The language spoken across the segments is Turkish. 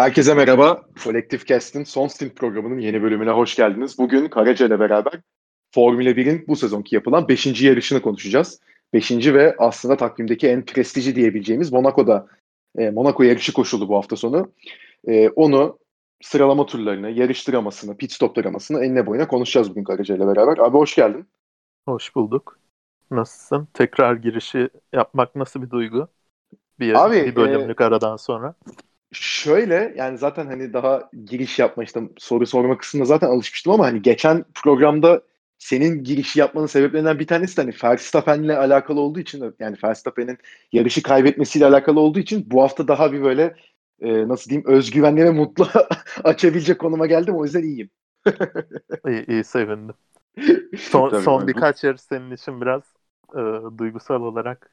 Herkese merhaba. Collective Cast'in son stint programının yeni bölümüne hoş geldiniz. Bugün Karaca ile beraber Formula 1'in bu sezonki yapılan 5. yarışını konuşacağız. 5. ve aslında takvimdeki en prestijli diyebileceğimiz Monaco yarışı koşuldu bu hafta sonu. Onu sıralama turlarını, yarış dramasını, pit stop dramasını enine boyuna konuşacağız bugün Karaca ile beraber. Abi hoş geldin. Hoş bulduk. Nasılsın? Tekrar girişi yapmak nasıl bir duygu? Abi Bir bölümlük aradan sonra. şöyle yani zaten hani daha giriş yapma işte soru sorma kısmında zaten alışmıştım ama hani geçen programda senin girişi yapmanın sebeplerinden bir tanesi de hani Verstappen'le alakalı olduğu için, yani Verstappen'in yarışı kaybetmesiyle alakalı olduğu için bu hafta daha bir böyle nasıl diyeyim, özgüvenli ve mutlu açabilecek konuma geldim, o yüzden iyiyim. İyi sevindim. Son, Tabii son abi, birkaç yarış senin için biraz duygusal olarak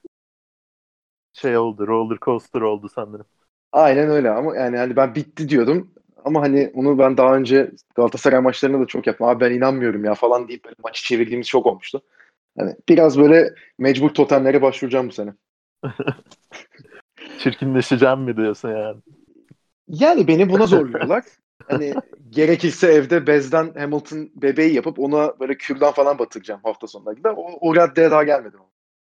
roller coaster oldu sanırım. aynen öyle ama yani hani ben bitti diyordum ama hani onu ben daha önce Galatasaray maçlarında da çok yaptım. Abi ben inanmıyorum ya falan deyip böyle maçı çevirdiğimiz çok olmuştu. Hani biraz böyle mecbur totemlere başvuracağım bu sene. Çirkinleşeceğim mi diyorsun yani? Yani beni buna zorluyorlar. Hani gerekirse evde bezden Hamilton bebeği yapıp ona böyle kürdan falan batıracağım hafta sonlarında. O raddeye daha gelmedim.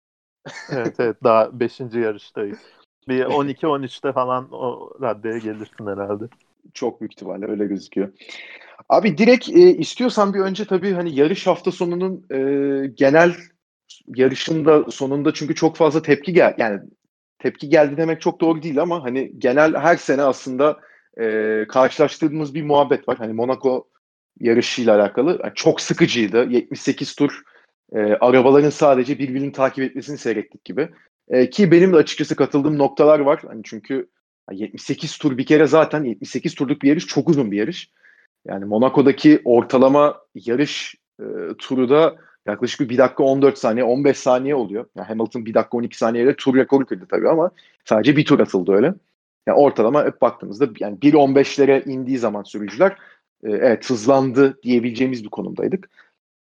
Evet, daha 5. yarıştayız. Bir 12-13'te falan o raddeye gelirsin herhalde. Çok büyük ihtimalle öyle gözüküyor. Abi direkt istiyorsan bir önce tabii hani yarış hafta sonunun genel yarışında sonunda, çünkü çok fazla yani tepki geldi demek çok doğru değil ama hani genel her sene aslında karşılaştırdığımız bir muhabbet var. Hani Monaco yarışıyla alakalı. Yani çok sıkıcıydı. 78 tur arabaların sadece birbirini takip etmesini seyrettik gibi. Ki benim de açıkçası katıldığım noktalar var. Hani çünkü 78 tur bir kere, zaten 78 turluk bir yarış çok uzun bir yarış. Yani Monaco'daki ortalama yarış turu da yaklaşık 1 dakika 14 saniye, 15 saniye oluyor. Yani Hamilton 1 dakika 12 saniyede tur rekoru kırdı tabii ama sadece bir tur atıldı öyle. Yani ortalama hep baktığımızda yani 1.15'lere indiği zaman sürücüler evet hızlandı diyebileceğimiz bir konumdaydık.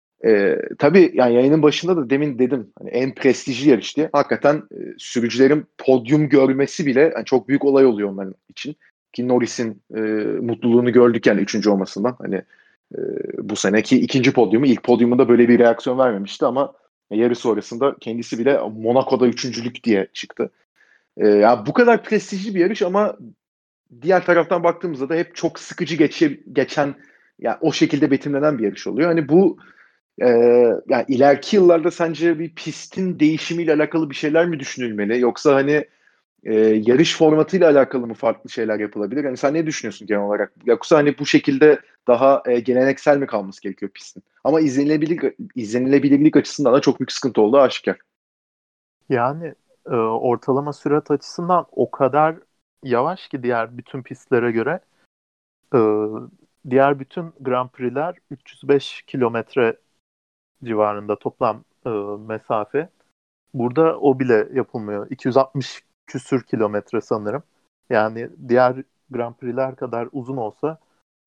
Tabii yani yayının başında da demin dedim hani en prestijli yarış diye. Hakikaten sürücülerin podyum görmesi bile yani çok büyük olay oluyor onların için. Ki Norris'in mutluluğunu gördük yani üçüncü olmasından. Hani e, bu seneki ikinci podyumu, ilk podyumunda böyle bir reaksiyon vermemişti ama yarış sonrasında kendisi bile Monaco'da üçüncülük diye çıktı. Ya bu kadar prestijli bir yarış ama diğer taraftan baktığımızda da hep çok sıkıcı geçen, yani o şekilde betimlenen bir yarış oluyor. Hani bu ee, yani ileriki yıllarda sence bir pistin değişimiyle alakalı bir şeyler mi düşünülmeli? Yoksa hani yarış formatıyla alakalı mı farklı şeyler yapılabilir? Yani sen ne düşünüyorsun genel olarak? Yoksa hani bu şekilde daha geleneksel mi kalması gerekiyor pistin? Ama izlenilebilirlik açısından da çok büyük sıkıntı olduğu aşikar. Yani ortalama sürat açısından o kadar yavaş ki diğer bütün pistlere göre. E, Diğer bütün Grand Prix'ler 305 kilometre civarında toplam mesafe. Burada o bile yapılmıyor. 260 küsür kilometre sanırım. Yani diğer Grand Prix'ler kadar uzun olsa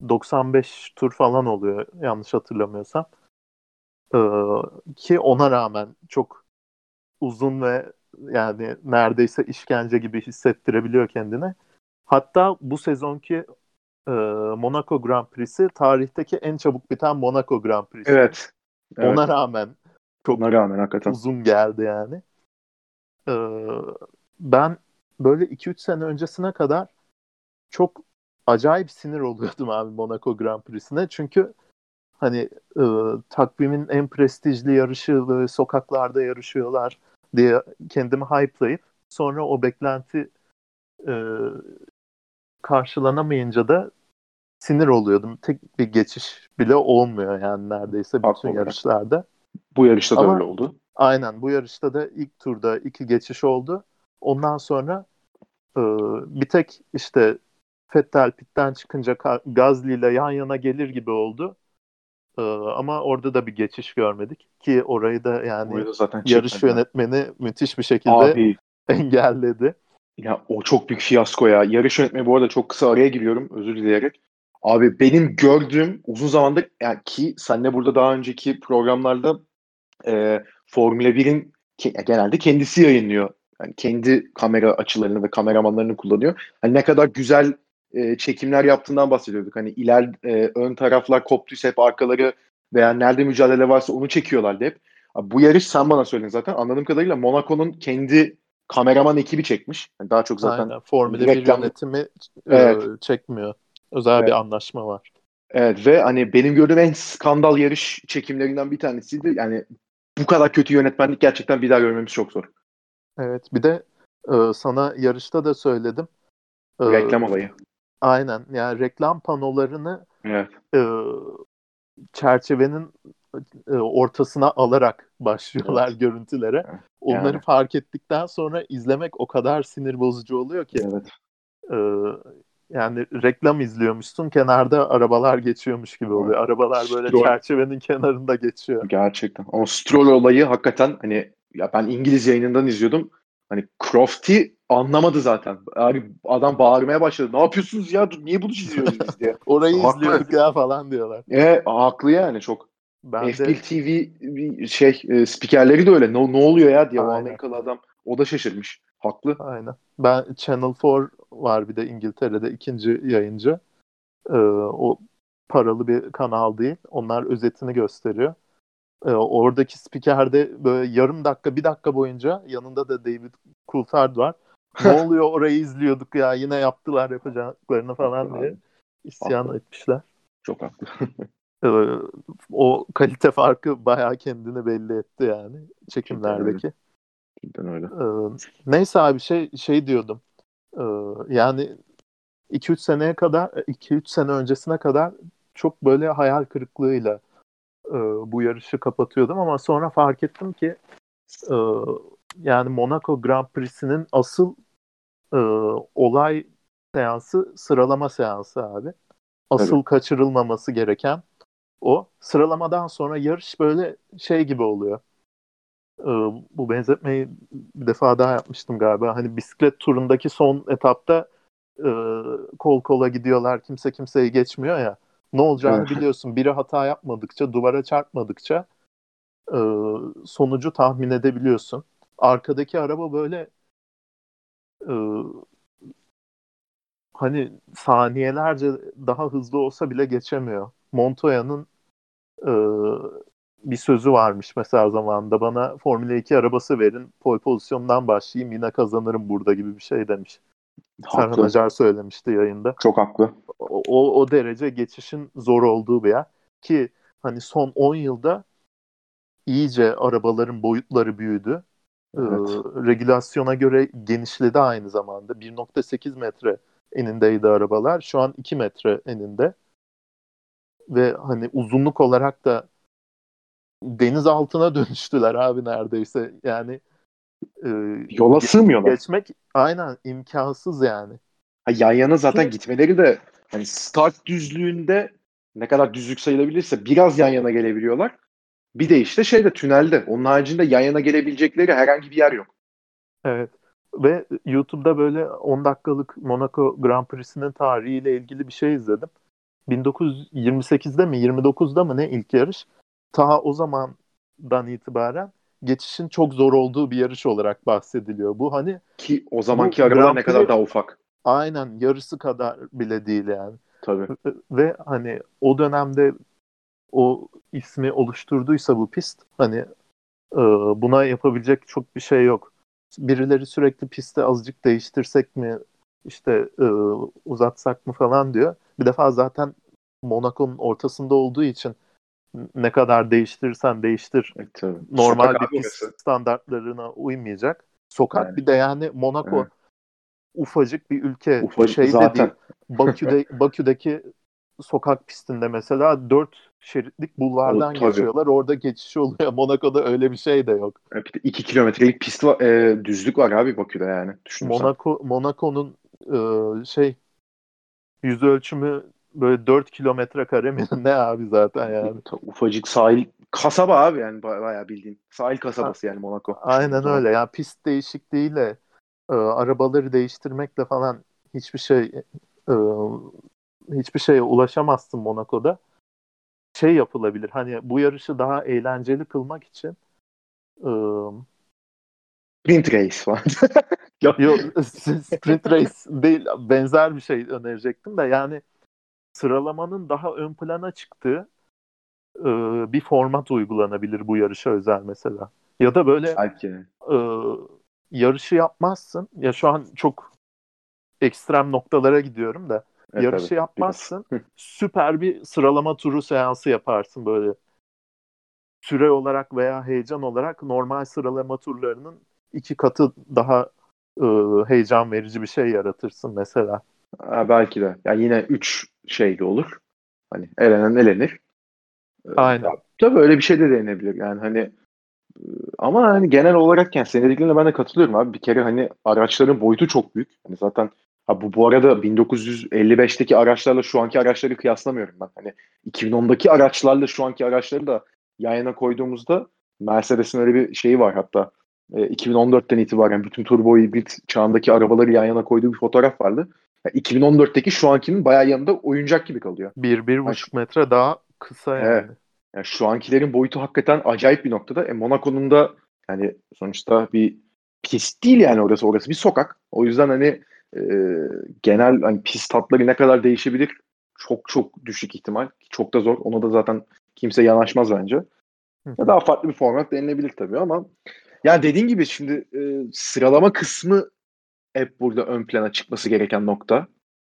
95 tur falan oluyor yanlış hatırlamıyorsam. E, Ki ona rağmen çok uzun ve yani neredeyse işkence gibi hissettirebiliyor kendini. Hatta bu sezonki e, Monaco Grand Prix'si tarihteki en çabuk biten Monaco Grand Prix'siydi. Evet. Ona Evet. rağmen çok Ona rağmen hakikaten. uzun geldi yani. E, Ben böyle 2-3 sene öncesine kadar çok acayip sinir oluyordum abi Monaco Grand Prix'sine. Çünkü hani e, takvimin en prestijli yarışı ve sokaklarda yarışıyorlar diye kendimi hype'layıp sonra o beklenti e, karşılanamayınca da sinir oluyordum. Tek bir geçiş bile olmuyor yani neredeyse bütün Haklı olarak. yarışlarda. Bu yarışta da öyle Ama oldu. aynen bu yarışta da ilk turda 2 geçiş oldu. Ondan sonra e, bir tek işte Vettel pitten çıkınca Gasly ile yan yana gelir gibi oldu. Ama orada da bir geçiş görmedik ki orayı da yani Orada zaten yarış çekmediler. yönetmeni müthiş bir şekilde Abi engelledi. ya o çok büyük fiyasko ya. Yarış yönetmeni, bu arada çok kısa araya giriyorum özür dileyerek. Abi benim gördüğüm uzun zamandır, yani ki senle burada daha önceki programlarda Formula 1'in genelde kendisi yayınlıyor. Yani kendi kamera açılarını ve kameramanlarını kullanıyor. Hani ne kadar güzel çekimler yaptığından bahsediyorduk. Hani ön taraflar koptuysa hep arkaları veya nerede mücadele varsa onu çekiyorlardı hep. Abi, bu yarış sen bana söyledin zaten. Anladığım kadarıyla Monaco'nun kendi kameraman ekibi çekmiş. Yani daha çok zaten Aynen. Formula 1 reklam. yönetimi Evet. çekmiyor. Özel bir Evet. anlaşma var. Evet ve hani benim gördüğüm en skandal yarış çekimlerinden bir tanesiydi. Yani bu kadar kötü yönetmenlik gerçekten bir daha görmemiz çok zor. Evet. Bir de sana yarışta da söyledim. E, Reklam olayı. aynen. Yani reklam panolarını Evet. e, çerçevenin ortasına alarak başlıyorlar Evet. görüntülere. Onları Yani. fark ettikten sonra izlemek o kadar sinir bozucu oluyor ki. Evet. e, Yani reklam izliyormuşsun, kenarda arabalar geçiyormuş gibi Evet. oluyor. Arabalar böyle Stroll. çerçevenin kenarında geçiyor. Gerçekten. Ama Stroll olayı hakikaten hani ya ben İngiliz yayınından izliyordum. Hani Crofty anlamadı zaten. Yani adam bağırmaya başladı. Ne yapıyorsunuz ya? Niye bunu çiziyoruz biz diye. Orayı Haklı. izliyorduk ya falan diyorlar. Haklı yani çok. Ben F1 de TV spikerleri de öyle. Ne oluyor ya diye o aynen. Amerikalı adam. O da şaşırmış. Haklı. Aynen. Ben Channel 4 var bir de İngiltere'de ikinci yayıncı. O paralı bir kanal değil. Onlar özetini gösteriyor. Oradaki spiker de böyle yarım dakika, bir dakika boyunca yanında da David Coulthard var. Ne oluyor orayı izliyorduk ya yine yaptılar yapacaklarını Haklı falan diye abi. isyan Haklı. etmişler. Çok haklı. Ee, O kalite farkı bayağı kendini belli etti yani Cidden öyle. çekimlerdeki. Cidden öyle. Neyse abi şey diyordum. Yani 2-3 sene öncesine kadar çok böyle hayal kırıklığıyla bu yarışı kapatıyordum ama sonra fark ettim ki e, yani Monaco Grand Prix'sinin asıl e, olay seansı sıralama seansı abi. Tabii. Asıl kaçırılmaması gereken o. Sıralamadan sonra yarış böyle şey gibi oluyor. E, Bu benzetmeyi bir defa daha yapmıştım galiba. Hani bisiklet turundaki son etapta e, kol kola gidiyorlar. Kimse kimseyi geçmiyor ya. Ne olacağını Evet. biliyorsun. Biri hata yapmadıkça, duvara çarpmadıkça e, sonucu tahmin edebiliyorsun. Arkadaki araba böyle e, hani saniyelerce daha hızlı olsa bile geçemiyor. Montoya'nın e, bir sözü varmış mesela zamanında, bana Formula 2 arabası verin, pole pozisyondan başlayayım yine kazanırım burada gibi bir şey demiş. Serhan Haklı. Acar söylemişti yayında. Çok haklı. O derece geçişin zor olduğu bir yer ki hani son 10 yılda iyice arabaların boyutları büyüdü. Evet. Regülasyona göre genişledi aynı zamanda. 1,8 metre enindeydi arabalar. Şu an 2 metre eninde. Ve hani uzunluk olarak da deniz altına dönüştüler abi neredeyse. Yani e, Yola sığmıyorlar. geçmek aynen imkansız yani. Ha, yan yana zaten Ki gitmeleri de hani start düzlüğünde ne kadar düzlük sayılabilirse biraz yan yana gelebiliyorlar. Bir de işte tünelde. Onun haricinde yan yana gelebilecekleri herhangi bir yer yok. evet. Ve YouTube'da böyle 10 dakikalık Monaco Grand Prix'sinin tarihiyle ilgili bir şey izledim. 1928'de mi 29'da mı ne ilk yarış? Ta o zamandan itibaren geçişin çok zor olduğu bir yarış olarak bahsediliyor. Bu hani Ki o bu zamanki arabalar Grand ne kadar Prix daha ufak. aynen yarısı kadar bile değil yani. Tabii. Ve hani o dönemde o ismi oluşturduysa bu pist hani buna yapabilecek çok bir şey yok. Birileri sürekli pisti azıcık değiştirsek mi işte uzatsak mı falan diyor. Bir defa zaten Monaco'nun ortasında olduğu için ne kadar değiştirirsen değiştir Tabii. Sokak normal bir abi pist orası. standartlarına uymayacak. Sokak Yani. bir de yani Monaco Evet. ufacık bir ülke, Ufacık şey de değil. zaten. Bakü'deki sokak pistinde mesela 4 şeritlik bulvardan Tabii. geçiyorlar. Orada geçiş oluyor. Monaco'da öyle bir şey de yok. Bir de 2 kilometrelik pist var, düzlük var abi Bakü'de yani düşünürsen. Monaco'nun şey yüz ölçümü böyle 4 kilometre kare mi ne abi zaten yani. Ufacık sahil kasaba abi yani bayağı bildiğin. Sahil A- kasabası yani Monaco düşündüğün Aynen zaman. öyle. Yani pist değişikliğiyle arabaları değiştirmekle falan hiçbir şey e, hiçbir şeye ulaşamazsın Monaco'da. Şey yapılabilir. Hani bu yarışı daha eğlenceli kılmak için e, Sprint race falan. Ya, Yok, sprint race değil, benzer bir şey önerecektim de yani sıralamanın daha ön plana çıktığı e, bir format uygulanabilir bu yarışa özel mesela. Ya da böyle belki. e, yarışı yapmazsın. Ya şu an çok ekstrem noktalara gidiyorum da Tabii yarışı biraz. yapmazsın. Süper bir sıralama turu seansı yaparsın böyle. Süre olarak veya heyecan olarak normal sıralama turlarının 2 katı daha e, heyecan verici bir şey yaratırsın mesela. Belki de. Yani yine 3 şeyli olur. Hani elenen elenir. Ya, Aynen. tabii öyle bir şey de denenebilir. Yani hani ama hani genel olarak yani senin dediklerine ben de katılıyorum abi. Bir kere hani araçların boyutu çok büyük. Hani zaten bu arada 1955'teki araçlarla şu anki araçları kıyaslamıyorum ben. Hani 2010'daki araçlarla şu anki araçları da yan yana koyduğumuzda Mercedes'in öyle bir şeyi var hatta. 2014'ten itibaren bütün turbo hibrit çağındaki arabaları yan yana koyduğu bir fotoğraf vardı. 2014'teki şu ankinin bayağı yanında oyuncak gibi kalıyor. Bir Yani buçuk metre daha kısa He. yani. Yani şu ankilerin boyutu hakikaten acayip bir noktada. Monaco'nun da yani sonuçta bir pist değil yani orası bir sokak. O yüzden hani e, genel hani pist hatları ne kadar değişebilir? Çok çok düşük ihtimal. Çok da zor. Ona da zaten kimse yanaşmaz bence. Hı Ya hı. daha farklı bir format denilebilir tabii ama ya dediğin gibi şimdi sıralama kısmı hep burada ön plana çıkması gereken nokta.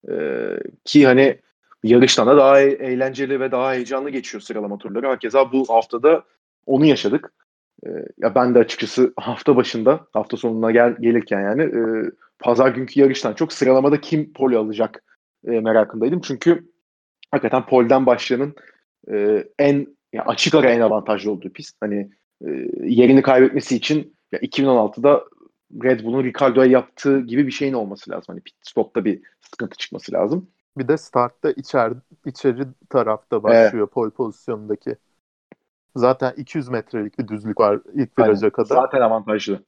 Ki hani yarıştan da daha eğlenceli ve daha heyecanlı geçiyor sıralama turları. Hakeza bu haftada onu yaşadık. Ya ben de açıkçası hafta başında, hafta sonuna gelirken yani pazar günkü yarıştan çok sıralamada kim pole alacak merakındaydım. Çünkü hakikaten pole'den başlayanın en ya açık ara en avantajlı olduğu pist. Hani yerini kaybetmesi için ya 2016'da Red Bull'un Ricciardo'ya yaptığı gibi bir şeyin olması lazım. Hani pit stop'ta bir sıkıntı çıkması lazım. Bir de startta içeri tarafta E, başlıyor pole pozisyonundaki. Zaten 200 metrelik bir düzlük var ilk hani viraja kadar. zaten avantajlı.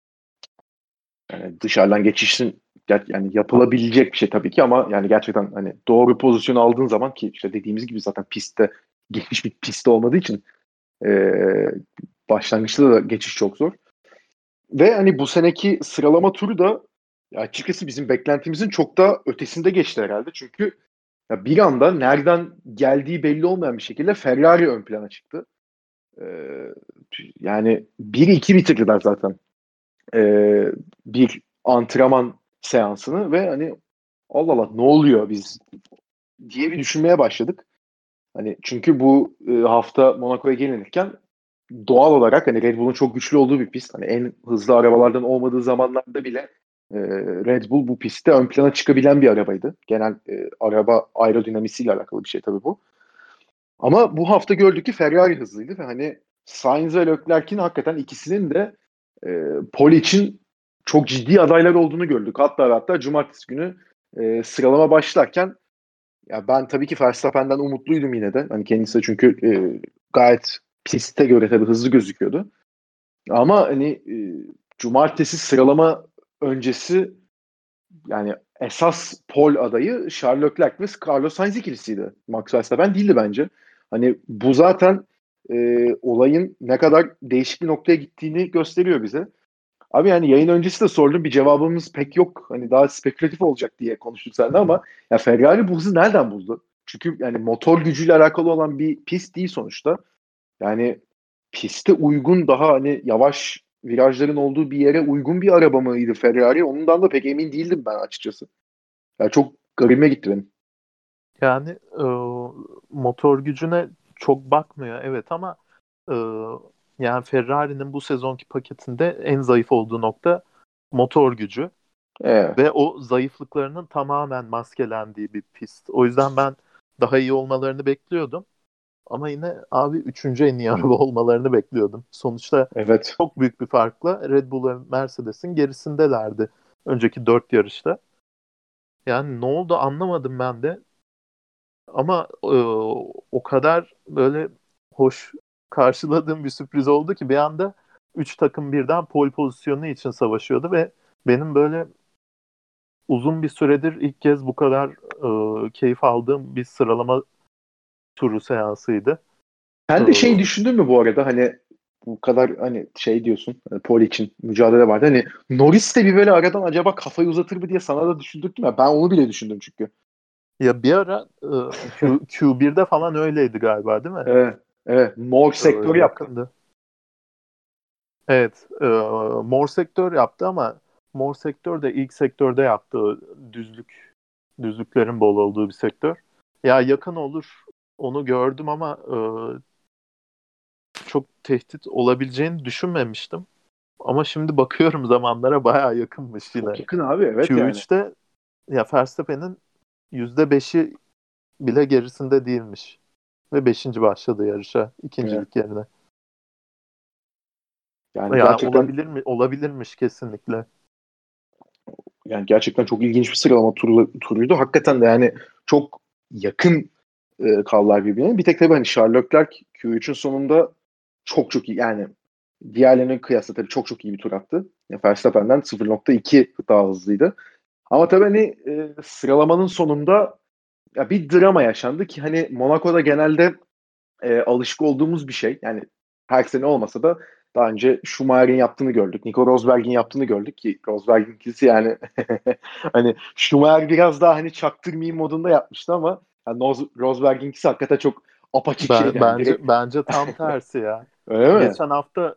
Yani dışarıdan geçişin yani yapılabilecek bir şey tabii ki ama yani gerçekten hani doğru pozisyonu aldığın zaman ki işte dediğimiz gibi zaten pistte geçmiş bir pistte olmadığı için e, başlangıçta da geçiş çok zor. Ve hani bu seneki sıralama turu da ya açıkçası bizim beklentimizin çok daha ötesinde geçti herhalde. Çünkü ya bir anda nereden geldiği belli olmayan bir şekilde Ferrari ön plana çıktı. Ee, Yani 1-2 bitirdiler zaten. Bir antrenman seansını ve hani Allah Allah ne oluyor biz diye bir düşünmeye başladık. Hani çünkü bu hafta Monaco'ya gelinirken doğal olarak hani Red Bull'un çok güçlü olduğu bir pist. Hani en hızlı arabalardan olmadığı zamanlarda bile Red Bull bu pistte ön plana çıkabilen bir arabaydı. Genel araba aerodinamisiyle alakalı bir şey tabii bu. Ama bu hafta gördük ki Ferrari hızlıydı ve hani Sainz ve Leclerc'in hakikaten ikisinin de pole için çok ciddi adaylar olduğunu gördük. Hatta cumartesi günü sıralama başlarken ya ben tabii ki Verstappen'den umutluydum yine de. Hani kendisi de çünkü gayet piste göre tabii hızlı gözüküyordu. Ama hani cumartesi sıralama öncesi yani esas pole adayı Charles Leclerc ve Carlos Sainz ikilisiydi. Max Verstappen değildi bence. Hani bu zaten olayın ne kadar değişik bir noktaya gittiğini gösteriyor bize. Abi yani yayın öncesi de sordum bir cevabımız pek yok. Hani daha spekülatif olacak diye konuştuk seninle ama ya Ferrari bu hızı nereden buldu? Çünkü yani motor gücüyle alakalı olan bir pist değil sonuçta. Yani piste uygun daha hani yavaş virajların olduğu bir yere uygun bir araba mıydı Ferrari? Ondan da pek emin değildim ben açıkçası. Yani çok garibime gitti benim. Yani motor gücüne çok bakmıyor evet ama e, yani Ferrari'nin bu sezonki paketinde en zayıf olduğu nokta motor gücü Ee, ve o zayıflıklarının tamamen maskelendiği bir pist. O yüzden ben daha iyi olmalarını bekliyordum. Ama yine abi üçüncü en iyi araba olmalarını bekliyordum. Sonuçta evet. çok büyük bir farkla Red Bull ve Mercedes'in gerisindelerdi önceki 4 yarışta. Yani ne oldu anlamadım ben de. Ama o kadar böyle hoş karşıladığım bir sürpriz oldu ki bir anda 3 takım birden pole pozisyonu için savaşıyordu ve benim böyle uzun bir süredir ilk kez bu kadar keyif aldığım bir sıralama turu seansıydı. E, Sen de şey düşündün mü bu arada hani bu kadar hani şey diyorsun pole için mücadele vardı. Hani Norris de bir böyle aradan acaba kafayı uzatır mı diye sana da düşündürttüm ya. Ben onu bile düşündüm çünkü. Ya bir ara Q1'de falan öyleydi galiba, değil mi? Evet. Evet. Mor sektör yaptı. Yakındı. Evet. Mor sektör yaptı ama mor sektör de ilk sektörde yaptığı düzlüklerin bol olduğu bir sektör. Ya yakın olur, onu gördüm ama çok tehdit olabileceğini düşünmemiştim. Ama şimdi bakıyorum zamanlara bayağı yakınmış Çok yine. yakın abi, evet yani. Q3'te ya Verstappen'in %5'i bile gerisinde değilmiş. Ve beşinci başladı yarışa Evet. ikincilik yerine. Yani Yani gerçekten olabilirmiş kesinlikle. yani gerçekten çok ilginç bir sıralama turuydu. Hakikaten de yani çok yakın kaldılar birbirine. Bir tek tabii hani Charles Leclerc Q3'ün sonunda çok çok iyi yani diğerlerine kıyasla tabii çok çok iyi bir tur attı. Yani Verstappen'den 0,2 daha hızlıydı. Ama tabii hani sıralamanın sonunda ya bir drama yaşandı ki hani Monaco'da genelde alışık olduğumuz bir şey. Yani her sene olmasa da daha önce Schumacher'in yaptığını gördük. Nico Rosberg'in yaptığını gördük ki Rosberg'inkisi yani hani Schumacher biraz daha hani çaktırmayayım modunda yapmıştı ama yani Rosberg'inkisi hakikaten çok apaçık şeydi. Yani direkt Bence tam tersi ya. öyle mi? Geçen hafta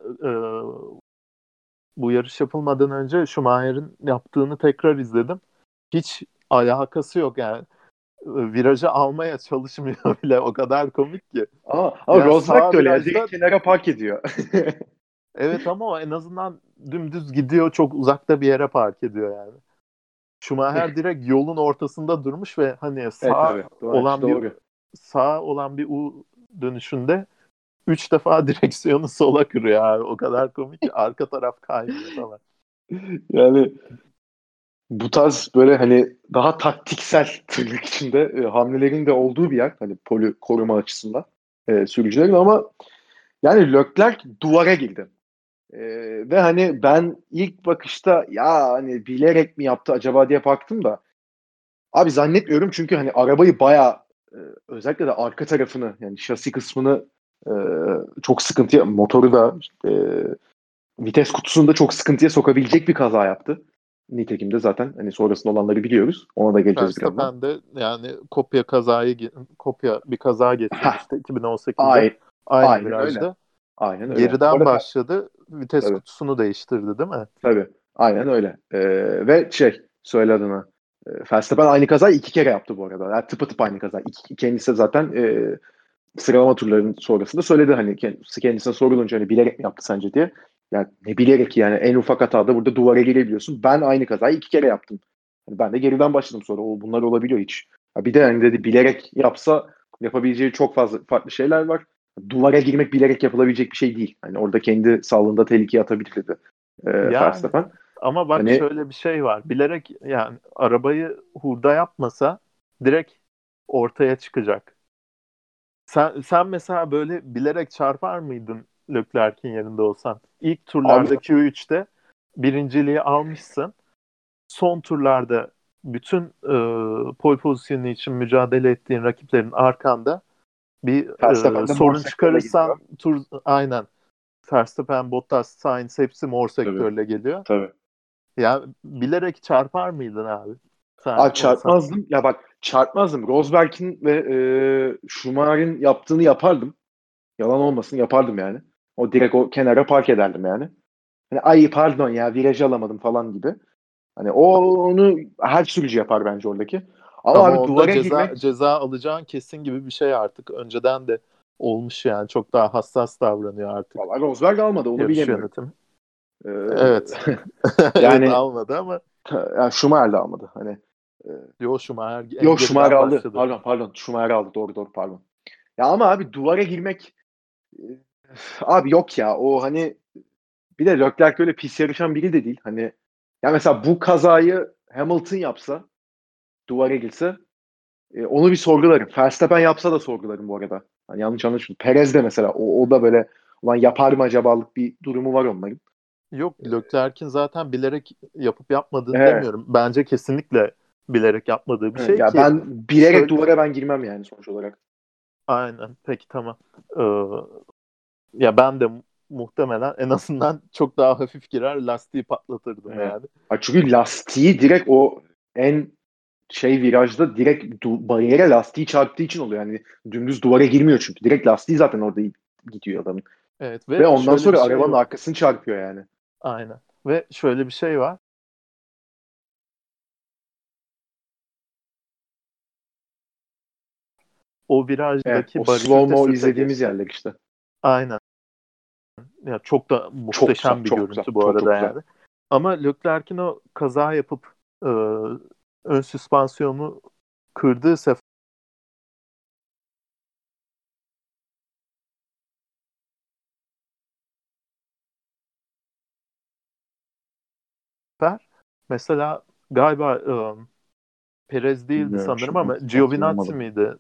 bu yarış yapılmadan önce Schumacher'in yaptığını tekrar izledim. Hiç alakası yok yani. Virajı almaya çalışmıyor bile. O kadar komik ki. Ama Ya Rosberg sağ de öyle ya. virajda Direkt kenara park ediyor. evet ama o en azından dümdüz gidiyor. Çok uzakta bir yere park ediyor yani. Schumacher direkt yolun ortasında durmuş ve hani Evet tabii. Doğru. olan bir Doğru. U dönüşünde 3 defa direksiyonu sola kırıyor abi. O kadar komik ki arka taraf kaymıyor falan. Yani bu tarz böyle hani daha taktiksel tırnak içinde hamlelerin de olduğu bir yer. Hani poli koruma açısından sürücülerin ama yani Leclerc duvara girdi. E, Ve hani ben ilk bakışta ya hani bilerek mi yaptı acaba diye baktım da abi zannetmiyorum çünkü hani arabayı bayağı e, özellikle de arka tarafını yani şasi kısmını e, çok sıkıntıya motoru da vites kutusunu da çok sıkıntıya sokabilecek bir kaza yaptı. Nitekim de zaten hani sonrasında olanları biliyoruz. Ona da geleceğiz birazdan. Verstappen de yani kopya bir kaza Heh, geçirmişti 2018'de. ay, Aynı aynen öyle. virajda. Aynen öyle. Bu Geriden arada başladı. Vites tabii, kutusunu değiştirdi değil mi? tabii. Aynen öyle. Ve şey söyle adına. Verstappen aynı kazayı iki kere yaptı bu arada. Yani tıpatıp aynı kaza. Kendisi zaten sıralama turlarının sonrasında söyledi hani kendisine sorulunca hani bilerek mi yaptı sence diye. Yani ne bilerek yani en ufak hatada burada duvara girebiliyorsun. Ben aynı kazayı iki kere yaptım. Yani ben de geriden başladım sonra. Bunlar olabiliyor hiç. Ha bir de hani dedi bilerek yapsa yapabileceği çok fazla farklı şeyler var. Duvara girmek bilerek yapılabilecek bir şey değil. Hani orada kendi sağlığında tehlikeye atabilir dedi Yani Verstappen. ama bak Hani şöyle bir şey var. Bilerek yani arabayı hurda yapmasa direkt ortaya çıkacak. Sen mesela böyle bilerek çarpar mıydın Leclerc'in yerinde olsan? İlk abi turlarda Q3'te birinciliği almışsın. Son turlarda bütün pole pozisyonu için mücadele ettiğin rakiplerin arkanda bir Verstappen de mor sorun sektörle gidiyor. çıkarırsan aynen Verstappen, Bottas, Sainz hepsi mor Tabii. sektörle geliyor. Tabii. Ya bilerek çarpar mıydın abi? Sen Abi olsan. çarpmazdım. Ya bak çarpmazdım. Rosberg'in ve Schumacher'in yaptığını yapardım. Yalan olmasın yapardım yani. O direkt o kenara park ederdim yani. Hani ay pardon ya viraj alamadım falan gibi. Hani onu her sürücü yapar bence oradaki. Ama Ama abi onda duvara girmek ceza alacağın kesin gibi bir şey artık. Önceden de olmuş yani. Çok daha hassas davranıyor artık valla Rosberg almadı onu yarış bilemiyorum. yönetimi. E, Evet. Evet Yani, almadı ama yani Schumacher de almadı. Hani yo Schumacher en yok Schumacher geriden aldı. başladı. Pardon Schumacher aldı. Doğru pardon. Ya ama abi duvara girmek e, abi yok ya o hani bir de Leclerc öyle pis yarışan biri de değil. Hani ya mesela bu kazayı Hamilton yapsa duvara girse onu bir sorgularım. Verstappen yapsa da sorgularım bu arada. Hani yanlış anlaşılma. Perez de mesela o da böyle ulan yapar mı acabalık bir durumu var onların. Yok Leclerc'in zaten bilerek yapıp yapmadığını He, demiyorum. Bence kesinlikle bilerek yapmadığı bir şey ya ki ben bilerek şöyle duvara ben girmem yani sonuç olarak. aynen peki tamam. Ee, ya ben de muhtemelen en azından çok daha hafif girer, lastiği patlatırdım Evet. yani. Çünkü lastiği direkt o en virajda direkt bariyere lastiği çarptığı için oluyor. Yani dümdüz duvara girmiyor çünkü. Direkt lastiği zaten orada gidiyor adamın. Evet Ve ve ondan şöyle bir sonra şey arabanın var. arkasını çarpıyor yani. Aynen. Ve şöyle bir şey var. O Evet, o virajdaki bariyer sürte slow-mo sürte izlediğimiz geçti. yerler işte. Aynen. Ya çok da Çok güzel, muhteşem bir çok güzel. görüntü bu Çok çok arada güzel. yani. Ama Leclerc'in o kaza yapıp e, ön süspansiyonu kırdığı sefer mesela galiba Perez değildi Bilmiyorum sanırım şimdi. ama Giovinazzi Hatırlayamadım. miydi?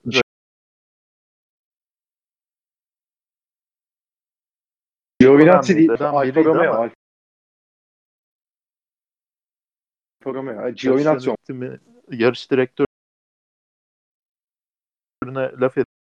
Raikkonen Giovinazzi miydi? değil, Alfa Biriydi Romeo. ama Alfa Romeo. yarış Giovinazzi. yönetimi, yarış direktörüne laf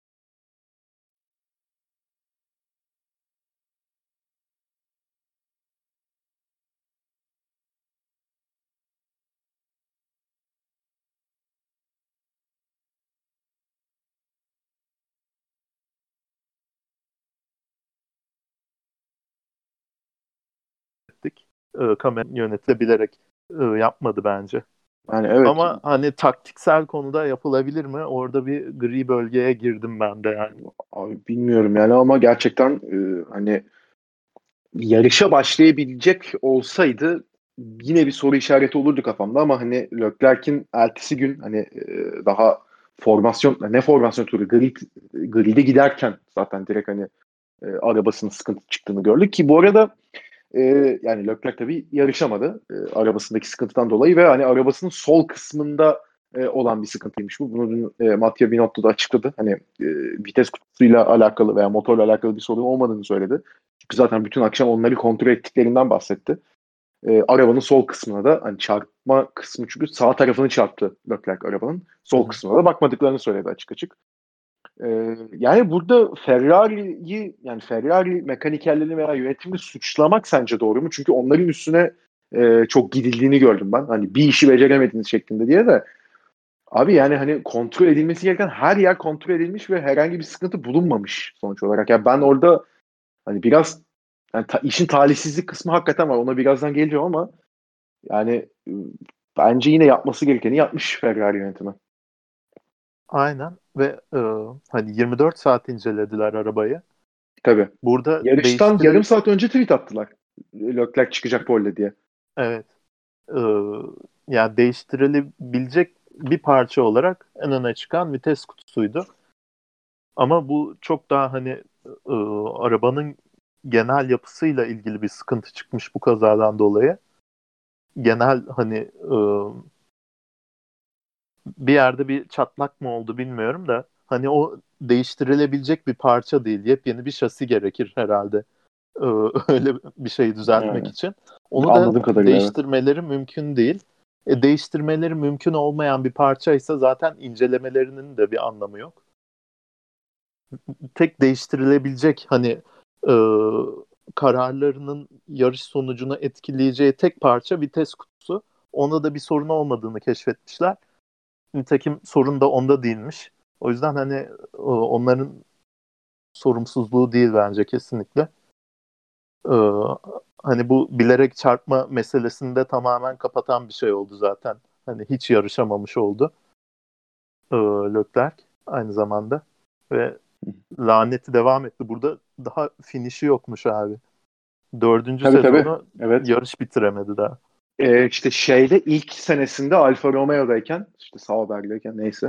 ettik. Kamera yönetilebilerek yapmadı bence. Yani evet. Ama hani taktiksel konuda yapılabilir mi? Orada bir gri bölgeye girdim ben de yani. Abi bilmiyorum yani ama gerçekten hani yarışa başlayabilecek olsaydı yine bir soru işareti olurdu kafamda ama hani Leclerc'in ertesi gün hani daha formasyon turu grid'e giderken zaten direkt hani arabasının sıkıntı çıktığını gördük ki bu arada e, yani Leclerc tabii yarışamadı arabasındaki sıkıntıdan dolayı ve hani arabasının sol kısmında olan bir sıkıntıymış bu. Bunu dün Mattia Binotto da açıkladı. Hani vites kutusuyla alakalı veya motorla alakalı bir sorun olmadığını söyledi. Çünkü zaten bütün akşam onları kontrol ettiklerinden bahsetti. Arabanın sol kısmına da hani çarpma kısmı çünkü sağ tarafını çarptı Leclerc arabanın. Hı Sol hı. kısmına da bakmadıklarını söyledi açık açık. Yani burada Ferrari'yi yani Ferrari mekanikerlerini veya yönetimini suçlamak sence doğru mu? Çünkü onların üstüne çok gidildiğini gördüm ben. Hani bir işi beceremediniz şeklinde diye de. Abi yani hani kontrol edilmesi gereken her yer kontrol edilmiş ve herhangi bir sıkıntı bulunmamış sonuç olarak. Yani ben orada hani biraz yani işin talihsizlik kısmı hakikaten var. Ona birazdan geleceğim ama yani bence yine yapması gerekeni yapmış Ferrari yönetimi. Aynen ve hani 24 saat incelediler arabayı. Tabii. Burada Yarıştan yarım saat önce tweet attılar. Leclerc çıkacak pole diye. evet, e, yani değiştirilebilecek bir parça olarak en öne çıkan vites kutusuydu. Ama bu çok daha hani e, arabanın genel yapısıyla ilgili bir sıkıntı çıkmış bu kazadan dolayı. Genel hani bir yerde bir çatlak mı oldu bilmiyorum da hani o değiştirilebilecek bir parça değil. Yepyeni bir şasi gerekir herhalde. Ee, öyle bir şeyi düzeltmek Yani, için. Onu da anladığım kadarıyla evet. değiştirmeleri mümkün değil. Değiştirmeleri mümkün olmayan bir parçaysa zaten incelemelerinin de bir anlamı yok. Tek değiştirilebilecek hani e, kararlarının yarış sonucunu etkileyeceği tek parça vites kutusu. Onda da bir sorun olmadığını keşfetmişler. Nitekim sorun da onda değilmiş. O yüzden hani onların sorumsuzluğu değil bence kesinlikle. Ee, hani bu bilerek çarpma meselesini de tamamen kapatan bir şey oldu zaten. Hani hiç yarışamamış oldu Leclerc aynı zamanda. Ve laneti devam etti. Burada daha finişi yokmuş abi. Dördüncü Tabii tabii. sezonu Evet. yarış bitiremedi daha. İşte şeyde ilk senesinde Alfa Romeo'dayken işte Sauber'deyken neyse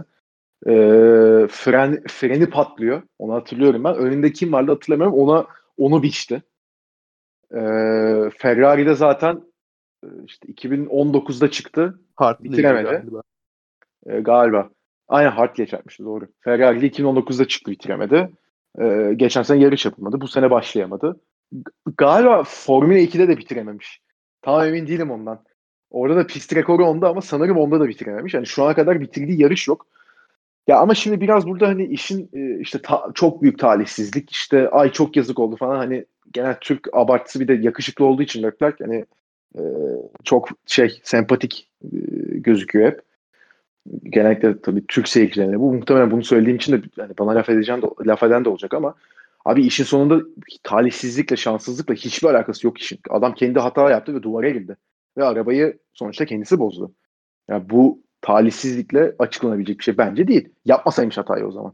freni patlıyor. Onu hatırlıyorum ben. Önünde kim vardı hatırlamıyorum. Onu biçti. Ferrari'de zaten işte 2019'da çıktı. Hartley'di Bitiremedi. galiba. Galiba. Aynen Hartley'e çarpmıştı doğru. Ferrari'de 2019'da çıktı bitiremedi. Geçen sene yarış yapılmadı. Bu sene başlayamadı. Galiba Formula 2'de de bitirememiş. Tam emin değilim ondan. Orada da pist rekoru onda ama sanırım onda da bitirememiş. Yani şu ana kadar bitirdiği yarış yok. Ya ama şimdi biraz burada hani işin işte çok büyük talihsizlik, işte ay çok yazık oldu falan, hani genel Türk abartısı, bir de yakışıklı olduğu için Leclerc hani e, çok sempatik gözüküyor hep. Genellikle tabii Türk seyircilerine. Bu muhtemelen bunu söylediğim için de yani bana laf eden de olacak ama abi işin sonunda talihsizlikle, şanssızlıkla hiçbir alakası yok işin. Adam kendi hata yaptı ve duvara girdi. Ve arabayı sonuçta kendisi bozdu. Yani bu talihsizlikle açıklanabilecek bir şey bence değil. Yapmasaymış hatayı o zaman.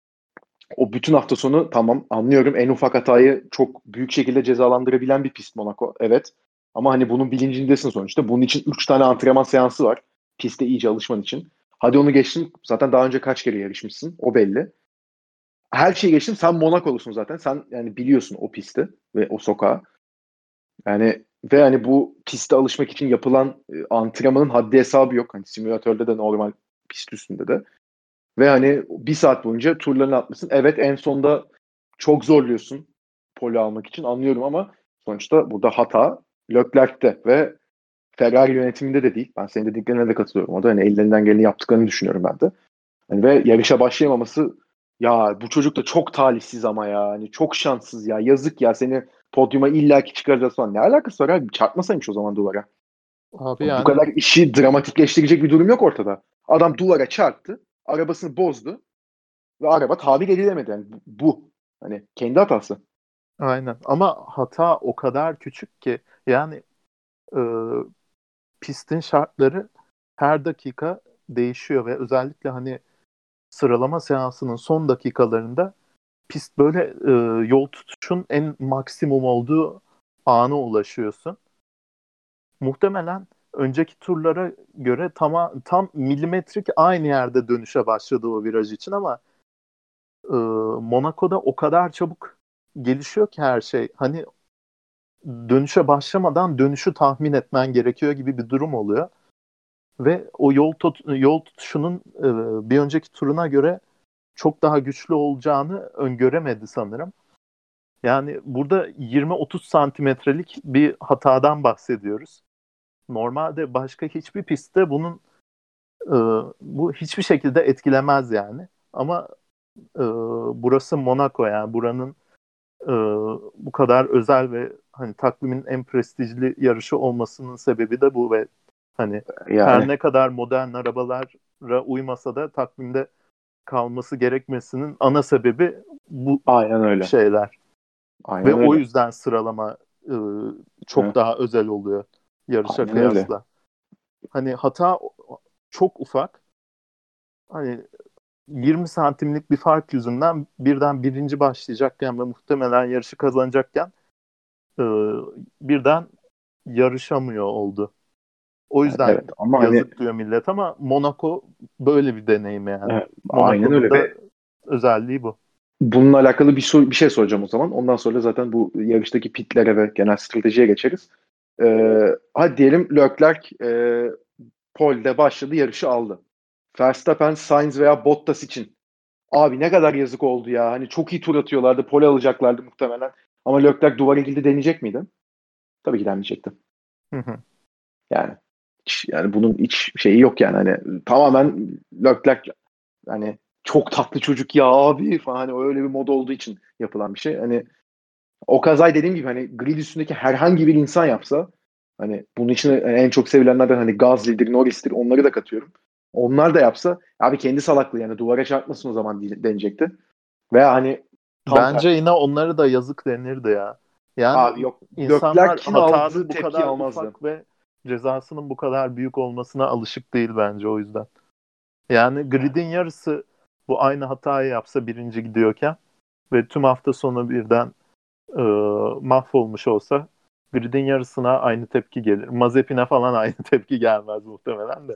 O bütün hafta sonu, tamam anlıyorum, en ufak hatayı çok büyük şekilde cezalandırabilen bir pist Monaco. Evet. Ama hani bunun bilincindesin sonuçta. Bunun için 3 tane antrenman seansı var. Piste iyice alışman için. Hadi onu geçtim. Zaten daha önce kaç kere yarışmışsın. O belli. Her şeyi geçtim. Sen Monaco'lusun zaten. Sen yani biliyorsun o pisti ve o sokağı. Yani ve hani bu piste alışmak için yapılan antrenmanın haddi hesabı yok. Hani simülatörde de, normal pist üstünde de. Ve hani bir saat boyunca turlarını atmışsın. Evet, en sonda çok zorluyorsun pole almak için, anlıyorum, ama sonuçta burada hata Leclerc'te ve Ferrari yönetiminde de değil. Ben senin dediklerine de katılıyorum. O da hani ellerinden geleni yaptıklarını düşünüyorum ben de. Hani ve yarışa başlayamaması, ya bu çocuk da çok talihsiz ama ya. Hani çok şanssız ya. Yazık ya, seni podyuma illaki çıkaracağız falan. Ne alakası var abi? Çarpmasaymış o zaman duvara. Abi Bu yani kadar işi dramatikleştirecek bir durum yok ortada. Adam duvara çarptı. Arabasını bozdu. Ve araba tamir edilemedi. Yani bu. Hani kendi hatası. aynen ama hata o kadar küçük ki yani e, pistin şartları her dakika değişiyor ve özellikle hani sıralama seansının son dakikalarında pist böyle yol tutuşun en maksimum olduğu ana ulaşıyorsun. Muhtemelen önceki turlara göre tam milimetrik aynı yerde dönüşe başladı o viraj için ama Monaco'da o kadar çabuk gelişiyor ki her şey. Hani dönüşe başlamadan dönüşü tahmin etmen gerekiyor gibi bir durum oluyor. Ve o yol tutuşunun bir önceki turuna göre çok daha güçlü olacağını öngöremedi sanırım. Yani burada 20-30 santimetrelik bir hatadan bahsediyoruz. Normalde başka hiçbir pistte e, bu hiçbir şekilde etkilemez yani. Ama e, burası Monaco, yani buranın e, bu kadar özel ve hani takvimin en prestijli yarışı olmasının sebebi de bu ve hani her Yani ne kadar modern arabalara uymasa da takvimde kalması gerekmesinin ana sebebi bu aynen öyle. şeyler. Ve Aynen o öyle. yüzden sıralama çok Evet, daha özel oluyor yarışa aynen öyle. kıyasla. Hani hata çok ufak. Hani 20 santimlik bir fark yüzünden birden birinci başlayacakken ve muhtemelen yarışı kazanacakken e, birden yarışamıyor oldu. O Yani yüzden evet ama hani yazık diyor millet ama Monaco böyle bir deneyim yani. aynen Monaco'nun öyle da ve özelliği bu. bununla alakalı bir şey soracağım o zaman. Ondan sonra zaten bu yarıştaki pitlere ve genel stratejiye geçeriz. Hadi diyelim Leclerc pole'de başladı, yarışı aldı. Verstappen, Sainz veya Bottas için. Abi ne kadar yazık oldu ya. Hani çok iyi tur atıyorlardı. Pole alacaklardı muhtemelen. Ama Leclerc duvara girdi, deneyecek miydi? Tabii ki denmeyecekti. Hı hı. Yani yani bunun hiç şeyi yok yani. Hani tamamen Leclerc hani çok tatlı çocuk ya abi falan, hani öyle bir mod olduğu için yapılan bir şey. Hani o kazayı dediğim gibi hani grid üstündeki herhangi bir insan yapsa, hani bunun için en çok sevilenlerden hani Gasly'dir, Norris'tir, onları da katıyorum. Onlar da yapsa abi kendi salaklığı, yani duvara çarpmasın o zaman denecekti. Veya hani tam Bence tersi. yine onları da yazık denirdi ya. Yani Abi yok, insanlar Leclerc'in aldığı hatanın bu tepkiyi kadar almazdı. ufak ve cezasının bu kadar büyük olmasına alışık değil bence o yüzden. Yani gridin yarısı bu aynı hatayı yapsa birinci gidiyorken ve tüm hafta sonu birden e, mahvolmuş olsa gridin yarısına aynı tepki gelir. Mazepin'e falan aynı tepki gelmez muhtemelen de.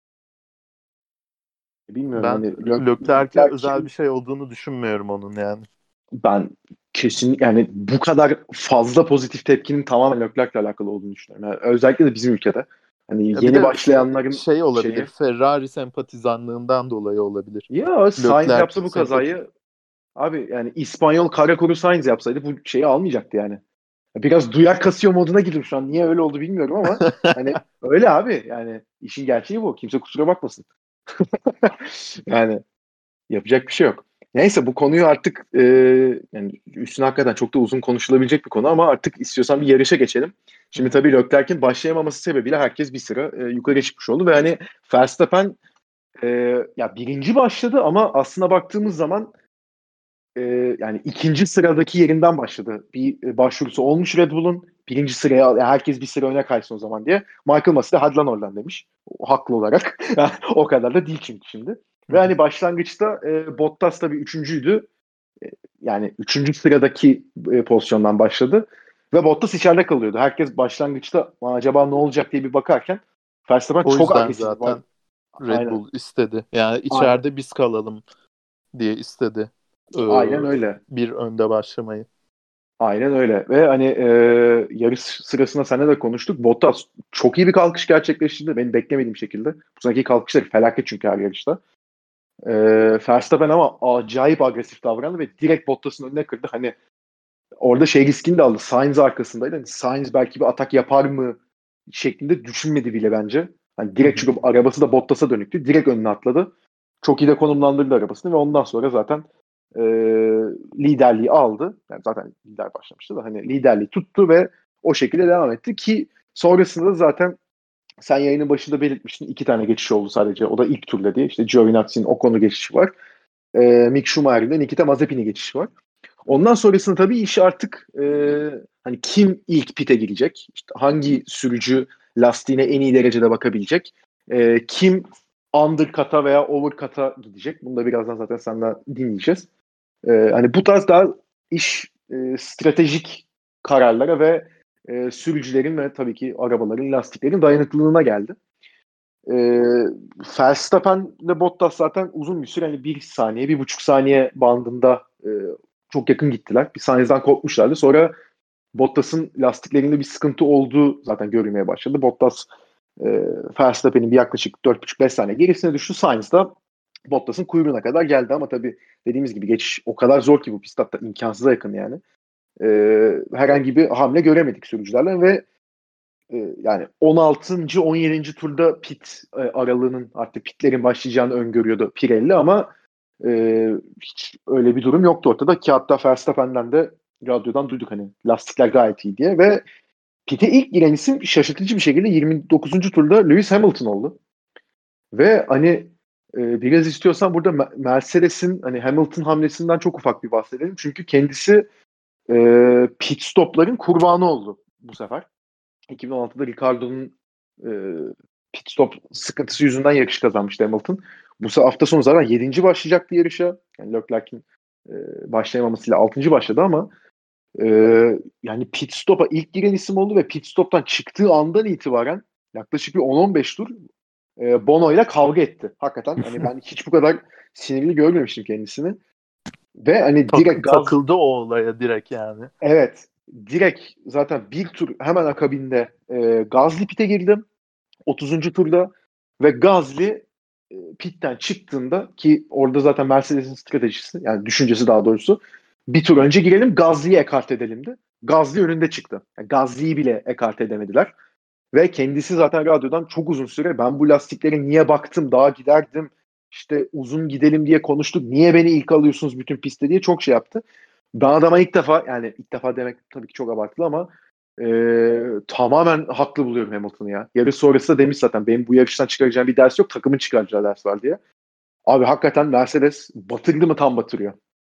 Bilmiyorum Ben hani Leclerc'e özel bir Leclerc'in, şey olduğunu düşünmüyorum onun yani. ben kesin yani bu kadar fazla pozitif tepkinin tamamen Leclerc'le alakalı olduğunu düşünüyorum. Yani özellikle de bizim ülkede. Hani Ya bir yeni de başlayanların şey olabilir, şeyi. Ferrari sempatizanlığından dolayı olabilir. Ya Sainz Leclerc yapsa bu sempati... kazayı, abi yani İspanyol Kara Sainz yapsaydı bu şeyi almayacaktı yani. Biraz duyar kasıyor moduna girdim şu an. Niye öyle oldu bilmiyorum ama hani öyle abi, yani işin gerçeği bu. Kimse kusura bakmasın. Yani Yapacak bir şey yok. Neyse bu konuyu artık yani üstüne hakikaten çok da uzun konuşulabilecek bir konu ama artık istiyorsan bir yarışa geçelim. Hı Şimdi hı. tabii Leclerc'in başlayamaması sebebiyle herkes bir sıra yukarı çıkmış oldu ve hani Verstappen e, ya birinci başladı ama aslına baktığımız zaman e, yani ikinci sıradaki yerinden başladı. Bir başvurusu olmuş Red Bull'un birinci sıraya yani herkes bir sıra öne kaysın o zaman diye. Michael Masi de hadi lan oradan demiş. Haklı olarak. Yani o kadar da değil çünkü şimdi. Hı Ve hı. hani başlangıçta Bottas tabii üçüncüydü. Yani üçüncü sıradaki pozisyondan başladı. Ve Bottas içeride kalıyordu. Herkes başlangıçta acaba ne olacak diye bir bakarken Verstappen O çok yüzden agresif. zaten Red Aynen. Bull istedi. Yani Aynen. içeride biz kalalım diye istedi. Ee, Aynen öyle. bir önde başlamayı. Aynen öyle. Ve hani yarış sırasında seninle de konuştuk. Bottas çok iyi bir kalkış gerçekleştirdi. Benim beklemediğim şekilde. Bu seneki kalkışları felaket çünkü her yarışta. E, Verstappen ama acayip agresif davrandı ve direkt Bottas'ın önüne kırdı. Hani orada şey riskini de aldı. Sainz arkasındaydı. Hani Sainz belki bir atak yapar mı şeklinde düşünmedi bile bence. Hani Hı direkt hı. çünkü arabası da Bottas'a dönüktü. Direkt önüne atladı. Çok iyi de konumlandırdı arabasını ve ondan sonra zaten e, liderliği aldı. Yani zaten lider başlamıştı da hani liderliği tuttu ve o şekilde devam etti ki sonrasında da zaten sen yayının başında belirtmiştin. İki tane geçiş oldu sadece. O da ilk turda diye. İşte Giovinazzi'nin Ocon'u geçişi var. Mick Schumacher'in Nikita Mazepin'i geçişi var. Ondan sonrasında tabii iş artık hani kim ilk pite girecek? İşte hangi sürücü lastiğine en iyi derecede bakabilecek? Kim undercut'a veya overcut'a gidecek? Bunu da birazdan zaten senden dinleyeceğiz. Hani bu tarz daha iş stratejik kararlara ve sürücülerin ve tabii ki arabaların, lastiklerin dayanıklılığına geldi. E, Verstappen ile Bottas zaten uzun bir süre hani bir saniye, 1,5 saniye bandında çok yakın gittiler. Bir saniyeden kopmuşlardı. Sonra Bottas'ın lastiklerinde bir sıkıntı olduğu zaten görülmeye başladı. Bottas e, Verstappen'in bir yaklaşık 4,5-5 saniye gerisine düştü. Sainz da Bottas'ın kuyruğuna kadar geldi ama tabii dediğimiz gibi geçiş o kadar zor ki bu pist hatta imkansıza yakın yani. Herhangi bir hamle göremedik sürücülerle ve yani 16. 17. turda pit aralığının artık pitlerin başlayacağını öngörüyordu Pirelli ama hiç öyle bir durum yoktu ortada ki hatta Verstappen'den de radyodan duyduk hani lastikler gayet iyi diye ve pite ilk giren isim şaşırtıcı bir şekilde 29. turda Lewis Hamilton oldu. Ve hani biraz istiyorsan burada Mercedes'in hani Hamilton hamlesinden çok ufak bir bahsedelim. Çünkü kendisi pit stopların kurbanı oldu bu sefer. 2016'da Ricardo'nun e, pit stop sıkıntısı yüzünden yarış kazanmıştı Hamilton. Bu hafta sonu zaten 7. başlayacaktı yarışa. Yani Leclerc'in başlayamamasıyla 6. başladı ama e, yani pit stop'a ilk giren isim oldu ve pit stop'tan çıktığı andan itibaren yaklaşık bir 10-15 tur Bono ile kavga etti. Hakikaten hani ben hiç bu kadar sinirli görmemiştim kendisini. Ve hani direkt gaz. Takıldı o olaya direkt yani. Evet. Direkt zaten bir tur hemen akabinde Gazli pit'e girdim. 30. turda ve Gazli pitten çıktığında ki orada zaten Mercedes'in stratejisi yani düşüncesi daha doğrusu bir tur önce girelim Gazli'yi ekart edelimdi. Gazli önünde çıktı. Yani Gazli'yi bile ekart edemediler. Ve kendisi zaten radyodan çok uzun süre ben bu lastiklere niye baktım daha giderdim işte uzun gidelim diye konuştuk. Niye beni ilk alıyorsunuz bütün pistte diye çok şey yaptı. Ben adama ilk defa yani ilk defa demek tabii ki çok abartılı ama tamamen haklı buluyorum Hamilton'ı ya. Yarış sonrası da demiş zaten benim bu yarıştan çıkaracağım bir ders yok takımın çıkaracağı ders var diye. Abi hakikaten Mercedes batırdı mı tam batırıyor.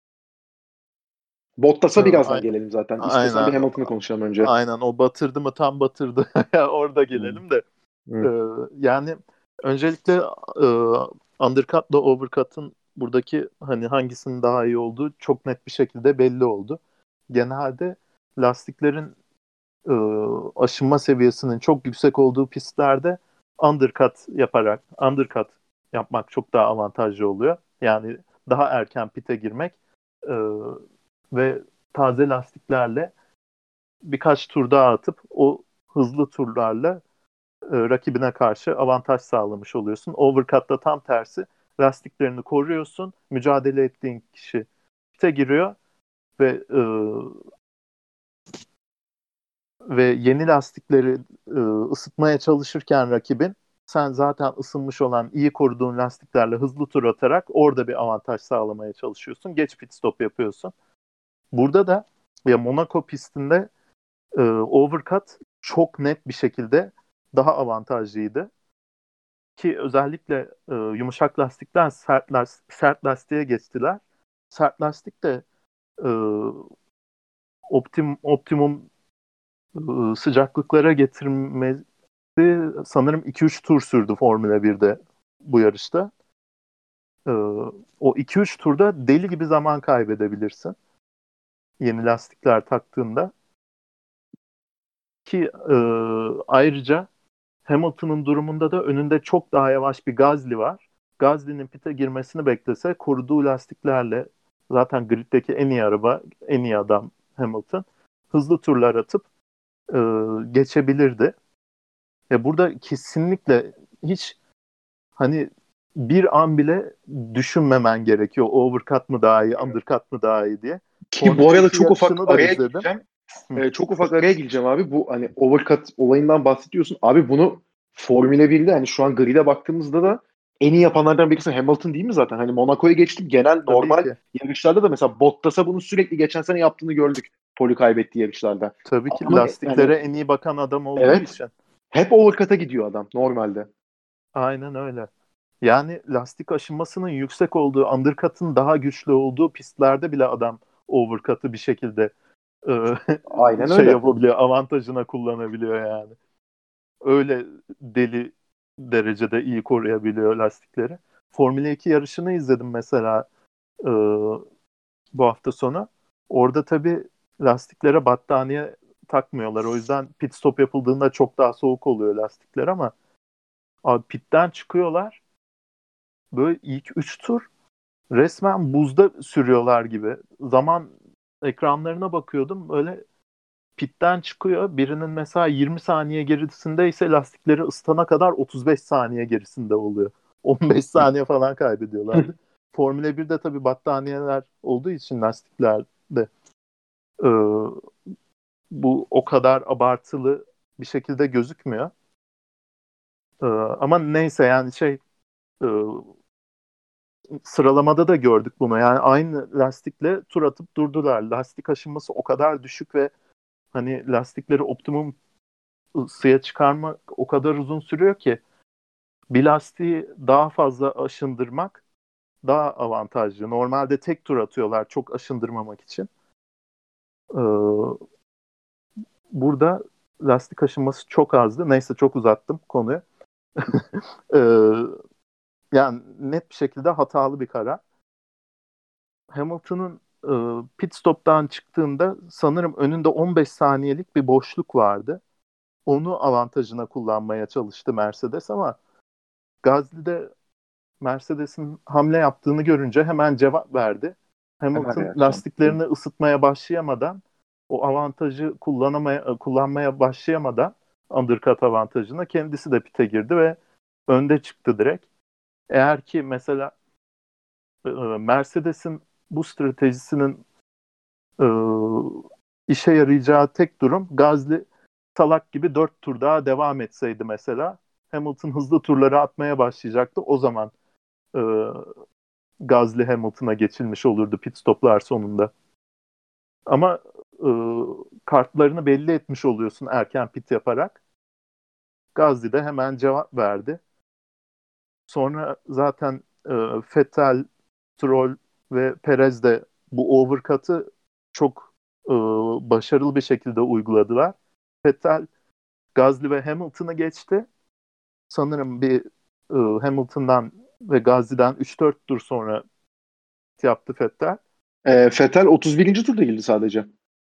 Bottas'a birazdan Aynen. gelelim zaten. İstiyorsan bir Aynen. Hamilton'ı konuşalım önce. Aynen o batırdı mı tam batırdı. Orada Hı. gelelim de. Hı. Yani öncelikle undercut'la overcut'ın buradaki hani hangisinin daha iyi olduğu çok net bir şekilde belli oldu. Genelde lastiklerin e, aşınma seviyesinin çok yüksek olduğu pistlerde undercut yapmak çok daha avantajlı oluyor. Yani daha erken pite girmek e, ve taze lastiklerle birkaç tur daha atıp o hızlı turlarla rakibine karşı avantaj sağlamış oluyorsun. Overcut'ta tam tersi. Lastiklerini koruyorsun. Mücadele ettiğin kişi pite giriyor ve yeni lastikleri ısıtmaya çalışırken rakibin sen zaten ısınmış olan iyi koruduğun lastiklerle hızlı tur atarak orada bir avantaj sağlamaya çalışıyorsun. Geç pit stop yapıyorsun. Burada da ya Monaco pistinde overcut çok net bir şekilde daha avantajlıydı. Ki özellikle yumuşak lastikten sert lastiğe geçtiler. Sert lastik de e, optimum sıcaklıklara getirmesi sanırım 2-3 tur sürdü Formula 1'de bu yarışta. E, O 2-3 turda deli gibi zaman kaybedebilirsin. Yeni lastikler taktığında. Ki ayrıca Hamilton'ın durumunda da önünde çok daha yavaş bir Gasly var. Gasly'nin pite girmesini beklese koruduğu lastiklerle zaten griddeki en iyi araba, en iyi adam Hamilton hızlı turlar atıp geçebilirdi. Burada kesinlikle hiç hani bir an bile düşünmemen gerekiyor. Overcut mı daha iyi, undercut mı daha iyi diye. Ki bu Formula arada 2 çok ufak yarışını da araya izledim. gireceğim. Çok ufak araya gireceğim abi. Bu hani overcut olayından bahsediyorsun. Abi bunu Formula 1'de hani şu an grid'e baktığımızda da en iyi yapanlardan birisi Hamilton değil mi zaten? Hani Monaco'ya geçtim. Genel Tabii normal ki. yarışlarda da mesela Bottas'a bunu sürekli geçen sene yaptığını gördük. Poli kaybettiği yarışlarda. Tabii ki Adamın lastiklere hani en iyi bakan adam olduğu evet için. hep overcut'a gidiyor adam normalde. Aynen öyle. Yani lastik aşınmasının yüksek olduğu, undercut'ın daha güçlü olduğu pistlerde bile adam overcut'ı bir şekilde Aynen şey öyle. yapabiliyor, avantajına kullanabiliyor yani. Öyle deli derecede iyi koruyabiliyor lastikleri. Formula 2 yarışını izledim mesela e, bu hafta sonu. Orada tabii lastiklere battaniye takmıyorlar. O yüzden pit stop yapıldığında çok daha soğuk oluyor lastikler ama abi pitten çıkıyorlar. Böyle ilk 3 tur resmen buzda sürüyorlar gibi. Zaman ekranlarına bakıyordum. Böyle pitten çıkıyor. Birinin mesela 20 saniye gerisindeyse lastikleri ısıtana kadar 35 saniye gerisinde oluyor. 15 saniye falan kaybediyorlardı. Formula 1'de tabii battaniyeler olduğu için lastiklerde e, bu o kadar abartılı bir şekilde gözükmüyor. Ama neyse yani e, sıralamada da gördük bunu. Yani aynı lastikle tur atıp durdular. Lastik aşınması o kadar düşük ve hani lastikleri optimum ısıya çıkarmak o kadar uzun sürüyor ki bir lastiği daha fazla aşındırmak daha avantajlı. Normalde tek tur atıyorlar çok aşındırmamak için. Ee, Burada lastik aşınması çok azdı. Neyse çok uzattım konuyu. Ee, Yani net bir şekilde hatalı bir karar. Hamilton'ın pit stop'tan çıktığında sanırım önünde 15 saniyelik bir boşluk vardı. Onu avantajına kullanmaya çalıştı Mercedes ama Gasly de Mercedes'in hamle yaptığını görünce hemen cevap verdi. Hemen Hamilton reaksiyon. lastiklerini ısıtmaya başlayamadan o avantajı kullanmaya başlayamadan undercut avantajına kendisi de pite girdi ve önde çıktı direkt. Eğer ki mesela Mercedes'in bu stratejisinin e, işe yarayacağı tek durum Gasly salak gibi 4 tur daha devam etseydi mesela Hamilton hızlı turları atmaya başlayacaktı. O zaman e, Gasly Hamilton'a geçilmiş olurdu pit stoplar sonunda. Ama e, kartlarını belli etmiş oluyorsun erken pit yaparak. Gasly de hemen cevap verdi. Sonra zaten Vettel, Stroll ve Perez de bu overcut'ı çok başarılı bir şekilde uyguladılar. Vettel, Gasly ve Hamilton'ı geçti. Sanırım bir Hamilton'dan ve Gasly'den 3-4 tur sonra yaptı Vettel. Vettel 31. turda girdi sadece.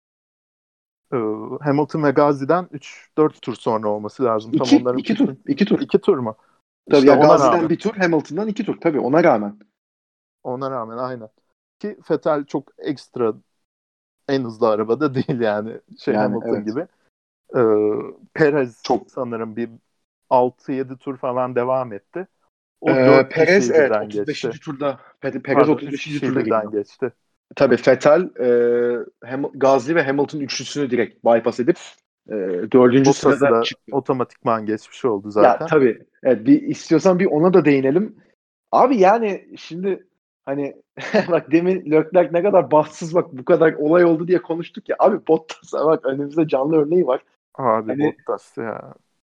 E, Hamilton ve Gasly'den 3-4 tur sonra olması lazım. Tam İki, onların iki tur. pitin. 2 tur. 2 tur mu? Tabii İşte ya ona Gazi'den rağmen. bir tur, Hamilton'dan 2 tur. Tabii ona rağmen. Ona rağmen aynen. Ki Vettel çok ekstra en hızlı arabada değil yani Yani Hamilton evet. gibi. Ee, Perez Çok. sanırım bir 6-7 tur falan devam etti. O 4 Perez kişiyi evet birden geçti. 35. turda. Perez Pardon 3 35. kişiyi turda birden geliyor. geçti. Tabii Vettel Gasly ve Hamilton üçlüsünü direkt bypass edip Dördüncü Bottas'ı sırada da çıktı. otomatikman geçmiş oldu Ya zaten. tabii. Evet, bir istiyorsan bir ona da değinelim. Abi yani şimdi hani bak demin Leclerc ne kadar bahtsız, bak bu kadar olay oldu diye konuştuk ya. Abi Bottas'a bak, önümüzde canlı örneği var. Abi Hani Bottas ya.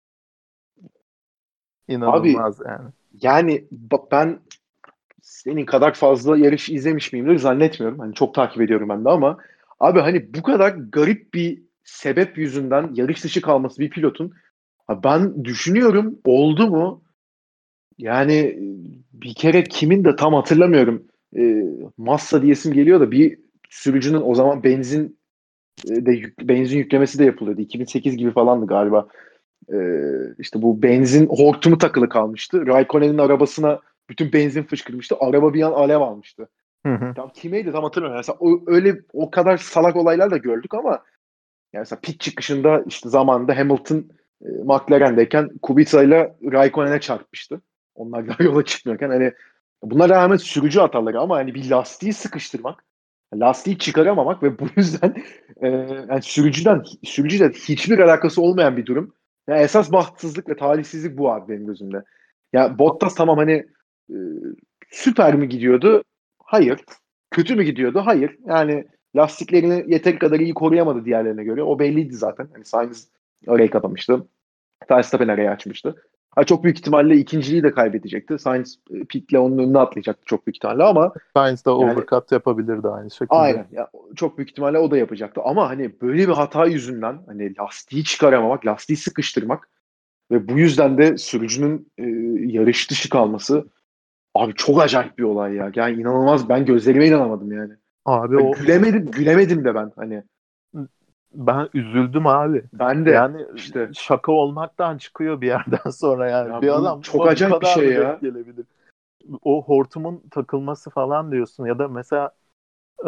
abi İnanılmaz yani. yani bak ben senin kadar fazla yarış izlemiş miyimdir zannetmiyorum. Hani çok takip ediyorum ben de ama abi hani bu kadar garip bir sebep yüzünden yarış dışı kalması bir pilotun, ha ben düşünüyorum oldu mu? Yani bir kere kimin de tam hatırlamıyorum. Massa diyesim geliyor da bir sürücünün o zaman benzin yüklemesi de yapılıyordu. 2008 gibi falandı galiba. İşte bu benzin hortumu takılı kalmıştı. Raikkonen'in arabasına bütün benzin fışkırmıştı. Araba bir an alev almıştı. Hı hı. Tam kimeydi tam hatırlamıyorum. Mesela öyle o kadar salak olaylar da gördük ama yani mesela pit çıkışında işte zamanında Hamilton McLaren'deyken Kubica ile Raikkonen'e çarpmıştı. Onlar daha yola çıkmıyorken hani buna rağmen sürücü hataları ama hani bir lastiği sıkıştırmak, lastiği çıkaramamak ve bu yüzden yani sürücüden hiçbir alakası olmayan bir durum. Yani esas bahtsızlık ve talihsizlik bu abi benim gözümde. Ya Bottas tamam hani e, süper mi gidiyordu? Hayır. Kötü mü gidiyordu? Hayır. Yani lastiklerini yeteri kadar iyi koruyamadı diğerlerine göre. O belliydi zaten. Hani Sainz arayı kapamıştı. Verstappen arayı açmıştı. Ha, çok büyük ihtimalle ikinciliği de kaybedecekti. Sainz pitle onun önüne atlayacaktı çok büyük ihtimalle ama Sainz de yani overcut yapabilirdi aynı şekilde. aynen ya, çok büyük ihtimalle o da yapacaktı. Ama hani böyle bir hata yüzünden hani lastiği çıkaramamak, lastiği sıkıştırmak ve bu yüzden de sürücünün yarış dışı kalması, abi çok acayip bir olay ya. Yani inanılmaz, ben gözlerime inanamadım yani. Abi Ya o gülemedim de ben hani. ben üzüldüm abi. Ben de Yani işte şaka olmaktan çıkıyor bir yerden sonra yani. Bir ya bu adam çok bu acayip bir kadar şey mı denk ya. gelebilir? O hortumun takılması falan diyorsun ya da mesela e,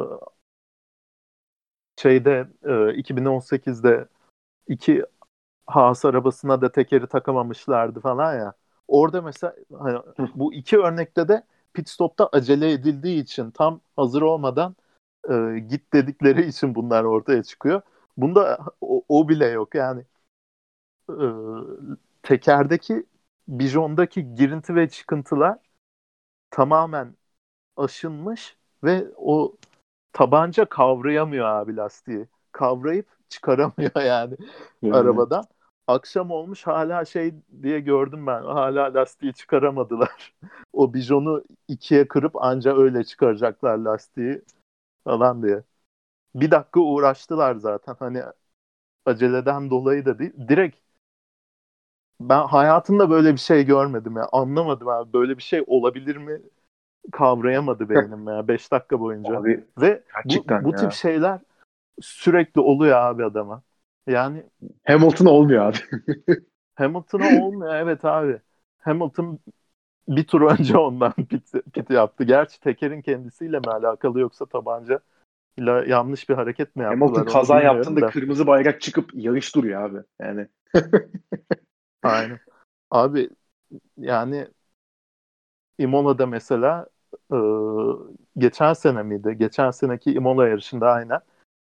şeyde 2018'de iki Haas arabasına da tekeri takamamışlardı falan ya. Orada mesela hani Hı. bu iki örnekte de pit stop'ta acele edildiği için tam hazır olmadan git dedikleri için bunlar ortaya çıkıyor. Bunda o bile yok yani. E, tekerdeki bijondaki girinti ve çıkıntılar tamamen aşınmış ve o tabanca kavrayamıyor abi lastiği. Kavrayıp çıkaramıyor yani Yani arabadan. Akşam olmuş hala şey diye gördüm ben. Hala lastiği çıkaramadılar. O bijonu ikiye kırıp anca öyle çıkaracaklar lastiği falan diye. Bir dakika uğraştılar zaten. Hani aceleden dolayı da değil. Direkt ben hayatımda böyle bir şey görmedim ya. Anlamadım abi. Böyle bir şey olabilir mi? Kavrayamadı beynim ya 5 dakika boyunca. abi Ve gerçekten bu tip ya. şeyler sürekli oluyor abi adama. Yani Hamilton olmuyor abi. Hamilton'a olmuyor evet abi. Hamilton bir tur önce ondan pit yaptı. Gerçi tekerin kendisiyle mi alakalı yoksa tabancayla yanlış bir hareket mi Hamilton yaptılar onu kaza bilmiyorum yaptığında da. kırmızı bayrak çıkıp yarış duruyor abi. Yani Aynen. Abi yani Imola'da mesela e, geçen sene miydi? Geçen seneki Imola yarışında aynen.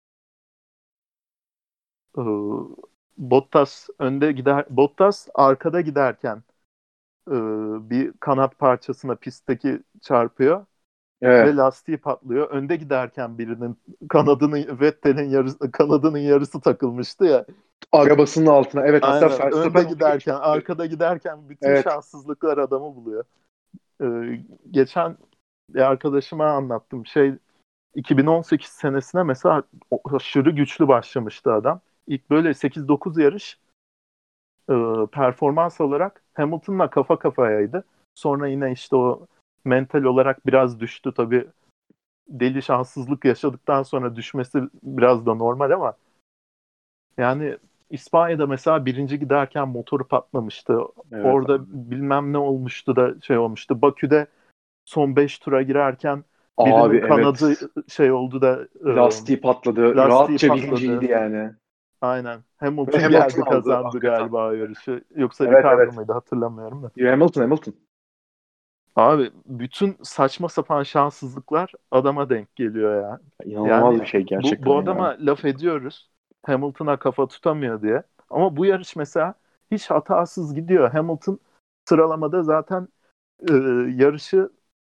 e, Bottas önde gider, Bottas arkada giderken e, bir kanat parçasına pistteki çarpıyor ve evet, lastiği patlıyor. Önde giderken birinin Vettel'in yarısı kanadının yarısı takılmıştı ya. arabasının altına. Evet, hatta Aynen. Önde Verstappen onu giderken, geçmişti. arkada giderken bütün Evet. şanssızlıklar adamı buluyor. Geçen bir arkadaşıma anlattım. 2018 senesine mesela aşırı güçlü başlamıştı adam. İlk böyle 8-9 yarış performans olarak Hamilton'la kafa kafayaydı. Sonra yine işte o mental olarak biraz düştü. Tabii deli şanssızlık yaşadıktan sonra düşmesi biraz da normal ama yani İspanya'da mesela birinci giderken motoru patlamıştı. Evet Orada abi. bilmem ne olmuştu da şey olmuştu. Bakü'de son 5 tura girerken Abi birinin evet. kanadı şey oldu da Lastiği patladı. lastiği Rahatça patladı. birinciydi yani. Aynen. Ve Hamilton Hamilton geldi aldı kazandı hakikaten. galiba o yarışı. Yoksa Evet, Ricardo evet. muydu hatırlamıyorum da. Hamilton. Abi bütün saçma sapan şanssızlıklar adama denk geliyor ya. İnanılmaz Yani bir şey bu gerçekten ya. adama laf ediyoruz. Hamilton'a kafa tutamıyor diye. Ama bu yarış mesela hiç hatasız gidiyor. Hamilton sıralamada zaten e, yarışı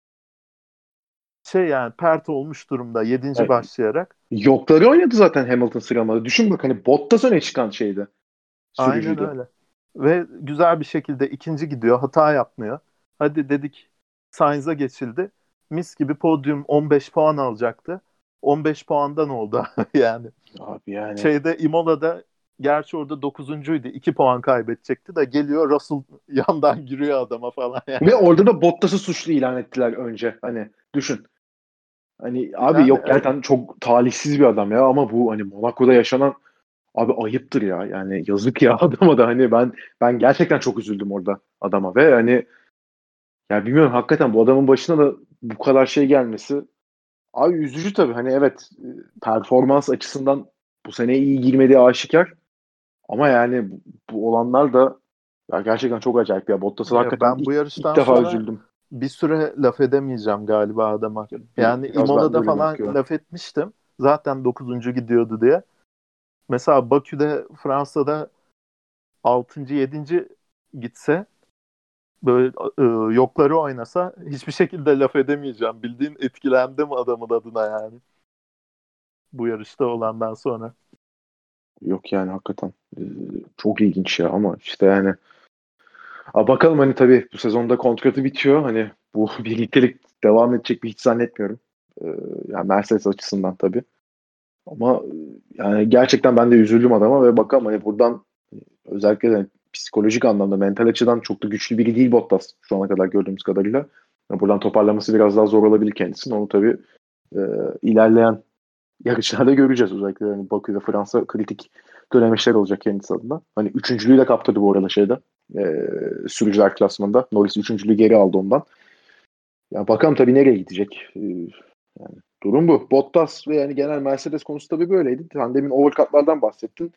yani pert olmuş durumda 7. Yani başlayarak. yokları oynadı zaten Hamilton sıralamada. Düşün bak hani Bottas öne çıkan şeydi. Aynen Sürücüydü. öyle. Ve güzel bir şekilde ikinci gidiyor. Hata yapmıyor. Hadi dedik Sainz'a geçildi. Mis gibi podyum 15 puan alacaktı. 15 puandan oldu yani. Abi yani. Şeyde Imola'da gerçi orada 9'uncuydu. 2 puan kaybedecekti de geliyor Russell yandan giriyor adama falan Ve yani. orada da Bottas'ı suçlu ilan ettiler önce. Hani düşün. Hani abi Yani yok gerçekten çok talihsiz bir adam ya ama bu hani Monaco'da yaşanan abi ayıptır ya. Yani yazık ya adama da hani ben gerçekten çok üzüldüm orada adama ve hani ya bilmiyorum hakikaten bu adamın başına da bu kadar şey gelmesi abi üzücü tabii. Hani evet performans açısından bu sene iyi girmediği aşikar ama yani bu olanlar da ya gerçekten çok acayip ya. Bottas'a ya hakikaten ben bu ilk yarıştan defa sonra üzüldüm. bir süre laf edemeyeceğim galiba adama. Yani Biraz ben de Imola'da öyle falan gözüküyor. laf etmiştim. Zaten 9'uncu gidiyordu diye. Mesela Bakü'de, Fransa'da 6. 7. gitse böyle yokları oynasa hiçbir şekilde laf edemeyeceğim. Bildiğin etkilendim adamın adına yani. Bu yarışta olandan sonra. Yok yani hakikaten çok ilginç ya ama işte yani bakalım hani tabii bu sezonda kontratı bitiyor. Hani bu birliktelik devam edecek bir hiç zannetmiyorum. E, Yani Mercedes açısından tabii. Ama yani gerçekten ben de üzüldüm adama ve bakalım hani buradan özellikle de psikolojik anlamda mental açıdan çok da güçlü biri değil Bottas şu ana kadar gördüğümüz kadarıyla. Yani buradan toparlaması biraz daha zor olabilir kendisinin. Onu tabii e, ilerleyen yarışlarda göreceğiz. Özellikle yani Bakü ve Fransa kritik dönemeçler olacak kendisi adına. Hani üçüncülüğü de kaptırdı bu arada şeyde. Sürücüler klasmanında. Norris üçüncülüğü geri aldı ondan. Ya bakalım tabii nereye gidecek. Yani durum bu. Bottas ve yani genel Mercedes konusu tabii böyleydi. Sen demin overcut'lardan bahsettin.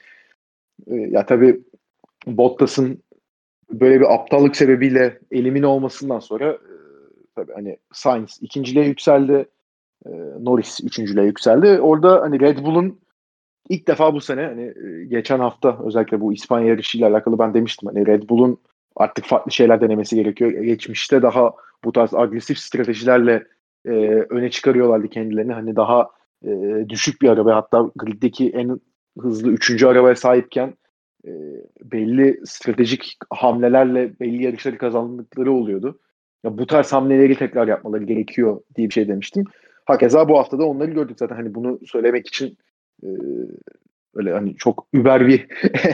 Ya tabii Bottas'ın böyle bir aptallık sebebiyle elimine olmasından sonra tabii hani Sainz ikinciliğe yükseldi. Norris üçüncülüğe yükseldi. Orada hani Red Bull'un ilk defa bu sene hani geçen hafta özellikle bu İspanya yarışıyla alakalı ben demiştim. Hani Red Bull'un artık farklı şeyler denemesi gerekiyor. Geçmişte daha bu tarz agresif stratejilerle e, öne çıkarıyorlardı kendilerini. Hani daha düşük bir araba hatta griddeki en hızlı üçüncü arabaya sahipken e, belli stratejik hamlelerle belli yarışları kazandıkları oluyordu. Ya bu tarz hamleleri tekrar yapmaları gerekiyor diye bir şey demiştim. Hakeza bu hafta da onları gördük zaten. Hani bunu söylemek için e, öyle hani çok über bir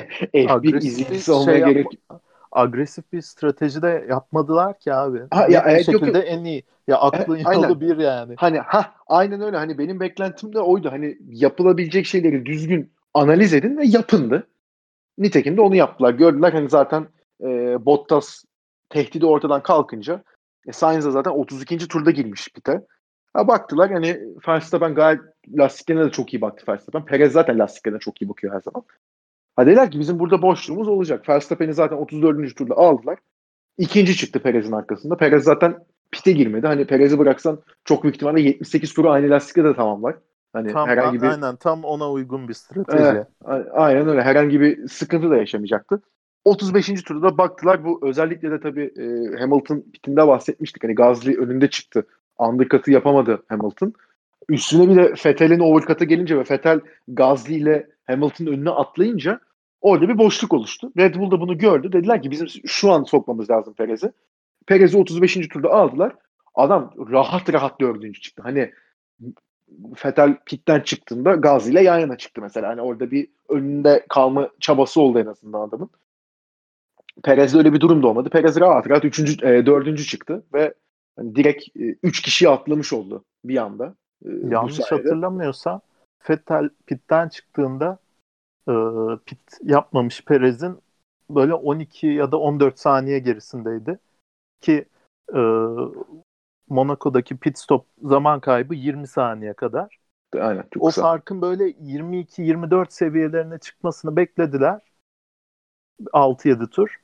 F1 Agresif bir izleyicisi olmaya gerek. agresif bir strateji de yapmadılar ki abi. Ha ya Net bir evet yok şekilde yok. en iyi. Ya aklın Aynen. yolu bir yani. Hani aynen öyle. Hani benim beklentim de oydu. Hani yapılabilecek şeyleri düzgün analiz edin ve yapındı. Nitekim de onu yaptılar. Gördüler hani zaten Bottas tehdidi ortadan kalkınca Sainz de zaten 32. turda girmiş pite. Ha, baktılar hani Verstappen gayet lastiklerine de çok iyi baktı Verstappen. Perez zaten lastiklerine çok iyi bakıyor her zaman. Ha dediler ki bizim burada boşluğumuz olacak. Verstappen'i zaten 34. turda aldılar. İkinci çıktı Perez'in arkasında. Perez zaten pite girmedi. Hani Perez'i bıraksan çok büyük ihtimalle 78 turu aynı lastikle de tamamlar. Hani herhangi bir Aynen tam ona uygun bir strateji. aynen öyle. Herhangi bir sıkıntı da yaşamayacaktı. 35. turda baktılar bu özellikle de tabii Hamilton pitinde bahsetmiştik. Hani Gasly önünde çıktı. Undercut'ı yapamadı Hamilton. Üstüne bir de Vettel'in overcut'a gelince ve Vettel Gasly ile Hamilton'ın önüne atlayınca orada bir boşluk oluştu. Red Bull da bunu gördü. Dediler ki bizim şu an sokmamız lazım Perez'i. Perez'i 35. turda aldılar. Adam rahat rahat dördüncü çıktı. Hani Vettel pitten çıktığında Gasly ile yan yana çıktı mesela. Hani orada bir önünde kalma çabası oldu en azından adamın. Perez'de öyle bir durum da olmadı. Perez rahat rahat dördüncü çıktı ve hani direkt üç kişiyi atlamış oldu bir anda bu Yanlış sayede. hatırlamıyorsam Vettel pitten çıktığında e, pit yapmamış Perez'in böyle 12 ya da 14 saniye gerisindeydi ki e, Monaco'daki pit stop zaman kaybı 20 saniye kadar. Aynen çok O kısa. farkın böyle 22-24 seviyelerine çıkmasını beklediler. 6-7 tur.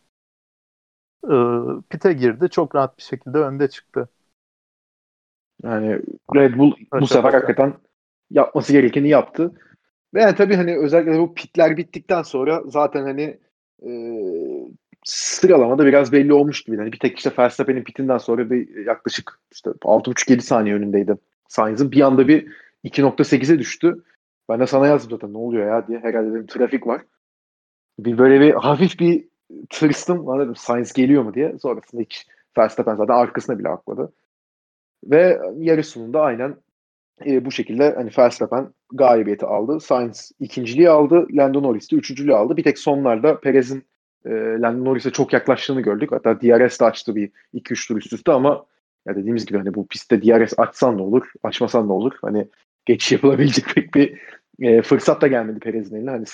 Pite girdi. Çok rahat bir şekilde önde çıktı. Yani Red Bull bu Paşa sefer paşa. hakikaten yapması gerekeni yaptı. Ve yani tabii hani özellikle bu pitler bittikten sonra zaten hani e, sıralamada biraz belli olmuş gibi. Yani bir tek işte Verstappen'in pitinden sonra bir yaklaşık işte 6,5-7 saniye önündeydi Sainz'ın. Bir anda bir 2,8'e düştü. Ben de sana yazdım zaten ne oluyor ya diye. Herhalde dedim trafik var. Bir böyle bir hafif bir tırstım. Bana dedim Sainz geliyor mu diye. Sonrasında hiç Verstappen zaten arkasına bile bakmadı. Ve yarış sonunda aynen bu şekilde hani Verstappen galibiyeti aldı. Sainz ikinciliği aldı. Lando Norris de üçüncülüğü aldı. Bir tek sonlarda Perez'in Lando Norris'e çok yaklaştığını gördük. Hatta DRS de açtı bir 2-3 tur üst üste ama ya dediğimiz gibi hani bu pistte DRS açsan ne olur, açmasan ne olur? Hani geçiş yapılabilecek pek bir fırsat da gelmedi Perez'in eline. Hani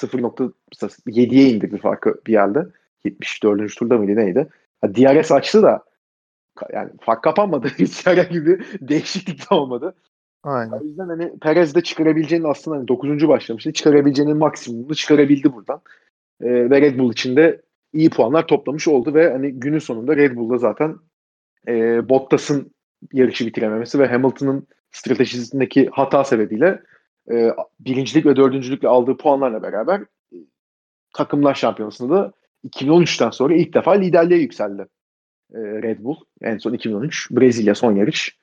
0,7'ye indirdi farkı bir yerde. 74. turda mıydı neydi? Ha, DRS açtı da yani fark kapanmadı. Hiç herhangi bir değişiklik de olmadı. O Aynen. yüzden hani Perez de çıkarabileceğinin aslında hani 9. başlamıştı. Çıkarabileceğinin maksimumunu çıkarabildi buradan. Ve Red Bull için de iyi puanlar toplamış oldu ve hani günün sonunda Red Bull'da zaten Bottas'ın yarışı bitirememesi ve Hamilton'ın stratejisindeki hata sebebiyle birincilik ve dördüncülükle aldığı puanlarla beraber takımlar şampiyonasında da 2013'ten sonra ilk defa liderliğe yükseldi Red Bull. En son 2013 Brezilya son yarış.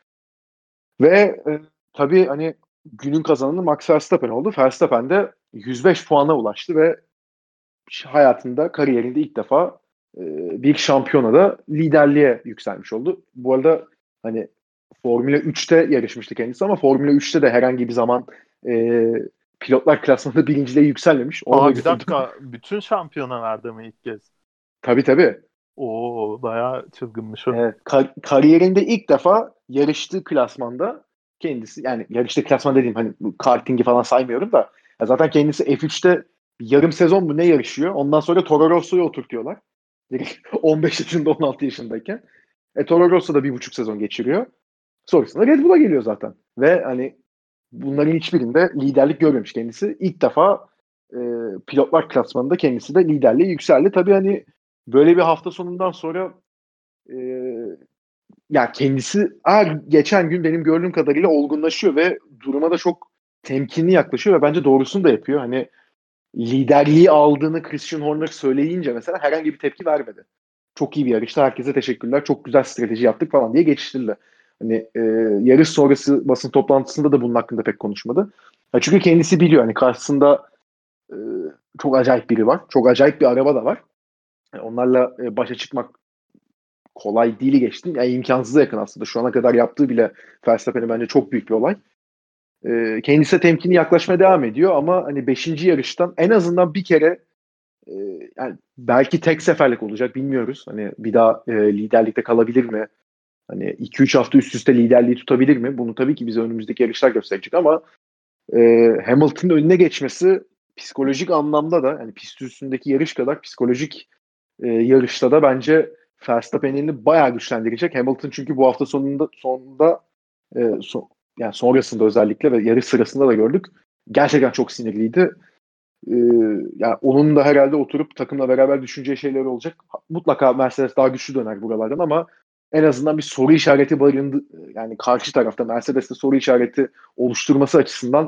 Ve tabii hani günün kazananı Max Verstappen oldu. Verstappen de 105 puana ulaştı ve hayatında, kariyerinde ilk defa bir şampiyonada liderliğe yükselmiş oldu. Bu arada hani Formula 3'te yarışmıştı kendisi ama Formula 3'te de herhangi bir zaman e, pilotlar klasmanında birinciliğe yükselmemiş. Onu da Aa, bir gördüm. dakika. Bütün şampiyonalarda mı ilk kez? Tabii tabii. Oo, bayağı çılgınmış o. Evet, kariyerinde ilk defa yarıştığı klasmanda kendisi yani yarıştığı klasman dediğim hani kartingi falan saymıyorum da ya zaten kendisi F3'te yarım sezon mu ne yarışıyor. Ondan sonra Toro Rosso'ya oturtuyorlar. Direkt 15 yaşında 16 yaşındayken. Toro Rosso da 1,5 sezon geçiriyor. Sonrasında Red Bull'a geliyor zaten. Ve hani bunların hiçbirinde liderlik görmemiş kendisi. İlk defa e, pilotlar klasmanında kendisi de liderliğe yükseldi. Tabii hani böyle bir hafta sonundan sonra e, ya kendisi her geçen gün benim gördüğüm kadarıyla olgunlaşıyor ve duruma da çok temkinli yaklaşıyor ve bence doğrusunu da yapıyor. Hani liderliği aldığını Christian Horner söyleyince mesela herhangi bir tepki vermedi. Çok iyi bir yarıştı. Herkese teşekkürler. Çok güzel strateji yaptık falan diye geçiştirdi. Hani yarış sonrası basın toplantısında da bunun hakkında pek konuşmadı. Ya çünkü kendisi biliyor hani karşısında e, çok acayip biri var. Çok acayip bir araba da var. Onlarla başa çıkmak kolay değil geçtim. Yani imkansıza yakın aslında. Şu ana kadar yaptığı bile Verstappen'e bence çok büyük bir olay. Kendisi temkinli yaklaşmaya devam ediyor ama hani 5. yarıştan en azından bir kere e, yani belki tek seferlik olacak bilmiyoruz. Hani bir daha liderlikte kalabilir mi? Hani 2-3 hafta üst üste liderliği tutabilir mi? Bunu tabii ki bize önümüzdeki yarışlar gösterecek ama Hamilton'ın önüne geçmesi psikolojik anlamda da yani pist üstündeki yarış kadar psikolojik yarışta da bence Verstappen'in elini bayağı güçlendirecek. Hamilton çünkü bu hafta sonunda yani sonrasında özellikle ve yarış sırasında da gördük. Gerçekten çok sinirliydi. E, Yani onun da herhalde oturup takımla beraber düşüneceği şeyler olacak. Mutlaka Mercedes daha güçlü döner buralardan ama en azından bir soru işareti yani karşı tarafta Mercedes'te soru işareti oluşturması açısından